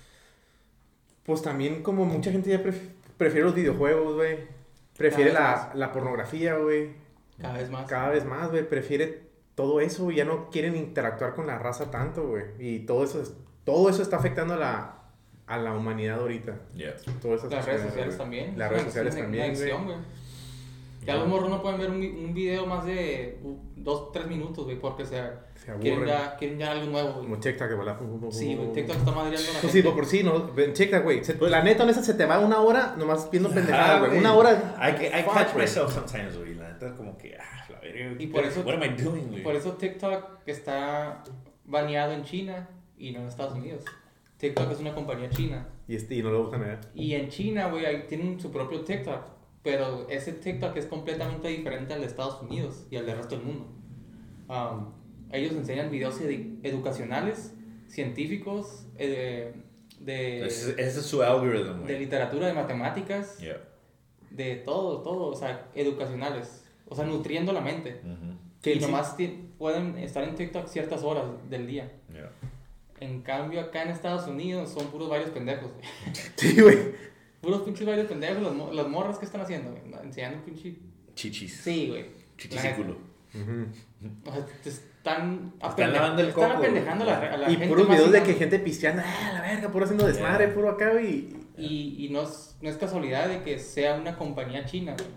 pues también como mucha gente ya pref- prefiere los videojuegos, güey, prefiere Cada vez la, más. la pornografía, güey, cada vez más. cada vez más, güey, prefiere todo eso, güey, ya no quieren interactuar con la raza tanto, güey, y todo eso, es- todo eso está afectando a la, a la humanidad ahorita. Yeah. Todo eso Las está redes sucediendo, sociales güey. también. Las Es redes una- sociales es una también, adicción, güey. Ya los morros no pueden ver un, un video más de uh, dos, tres minutos, güey, porque se, Se quieren, aburren. ya, quieren ya algo nuevo, güey. Como TikTok que va la... Sí, güey, TikTok está madreando a la Pues gente. sí, por sí, no. ven, Checa, güey. se- La neta, honesta, se te va una hora nomás viendo Ah, pendejadas, güey. güey. Una hora. I, I Fuck, catch güey. myself sometimes, güey. La neta, como que, ah, la verga. Y por eso- What am I doing, güey? Por eso TikTok está baneado en China y no en Estados Unidos. TikTok es una compañía china. Y, este, y no lo buscan ver. Y en China, güey, ahí tienen su propio TikTok. Pero ese TikTok es completamente diferente al de Estados Unidos y al del resto del mundo. Um, ellos enseñan videos edu- educacionales, científicos, eh, de, Ese, ese es su algoritmo, de güey. literatura, de matemáticas, Yeah. de todo, todo, o sea, educacionales. O sea, nutriendo la mente. Mhm. Que Y en sí- nomás ti- pueden estar en TikTok ciertas horas del día. Yeah. En cambio, acá en Estados Unidos son puros bailes pendejos, güey. Sí, güey. Puros pinches bailes pendejos. Las, mo- las morras que están haciendo, güey. Enseñando pinche. Chichis. Sí, güey. Chichis La y culo. Ujú. O sea, te están, Están lavando el están coco, apendejando a la, a la Y gente puros más videos de inocente. que gente pisteando, ah, la verga, puro haciendo desmadre, Yeah. puro acá, güey. Y, y no, es, no es casualidad de que sea una compañía china, güey.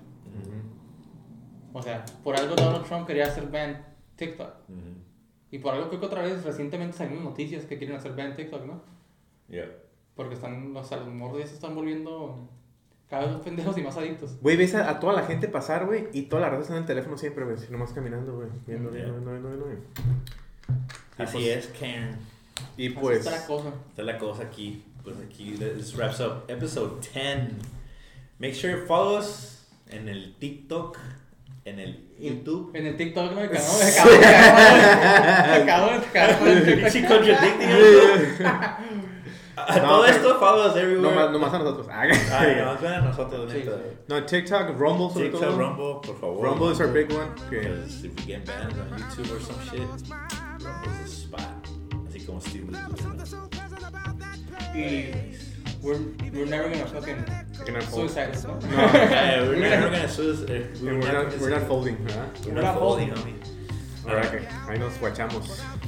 O sea, por algo Donald Trump quería hacer ban TikTok. Mhm. Y por algo creo que otra vez recientemente salieron noticias que quieren hacer ban TikTok, ¿no? Yeah. Porque están, o sea, los morros ya se están volviendo cada vez más pendejos y más adictos. Güey, ves a, a toda la gente pasar, güey, y toda la raza está en el teléfono siempre, güey, nomás caminando, güey, viendo, Yeah. viendo, viendo, viendo, viendo. Así es, Karen. Y Así pues, está la cosa. Esta es la cosa aquí. Pues aquí, this wraps up episode ten. Make sure you follow us en el TikTok, en el YouTube. En el TikTok, ¿no? Me cagó, me cagó, me cagó, me cagó, me cagó en el TikTok. She contradicting herself. A No, todo pero- esto, follow us everywhere. nomás, nomás a nosotros. Ah, Ay, no, ven a nosotros, Sí, neta. sí. No, TikTok, Rumble sobre TikTok, todo. Rumble, por favor. Rumble is our big one. Que Because if we get banned on YouTube or some shit, Rumble's the spot. Así como Steve was Y we're, we're never gonna fucking que no fold. suicide, ¿no? Yeah, we're never gonna sue us. eh, And we're not, we're not folding, ¿verdad? We're We're not not folding, folding. homie. Alright, que ahí nos guachamos.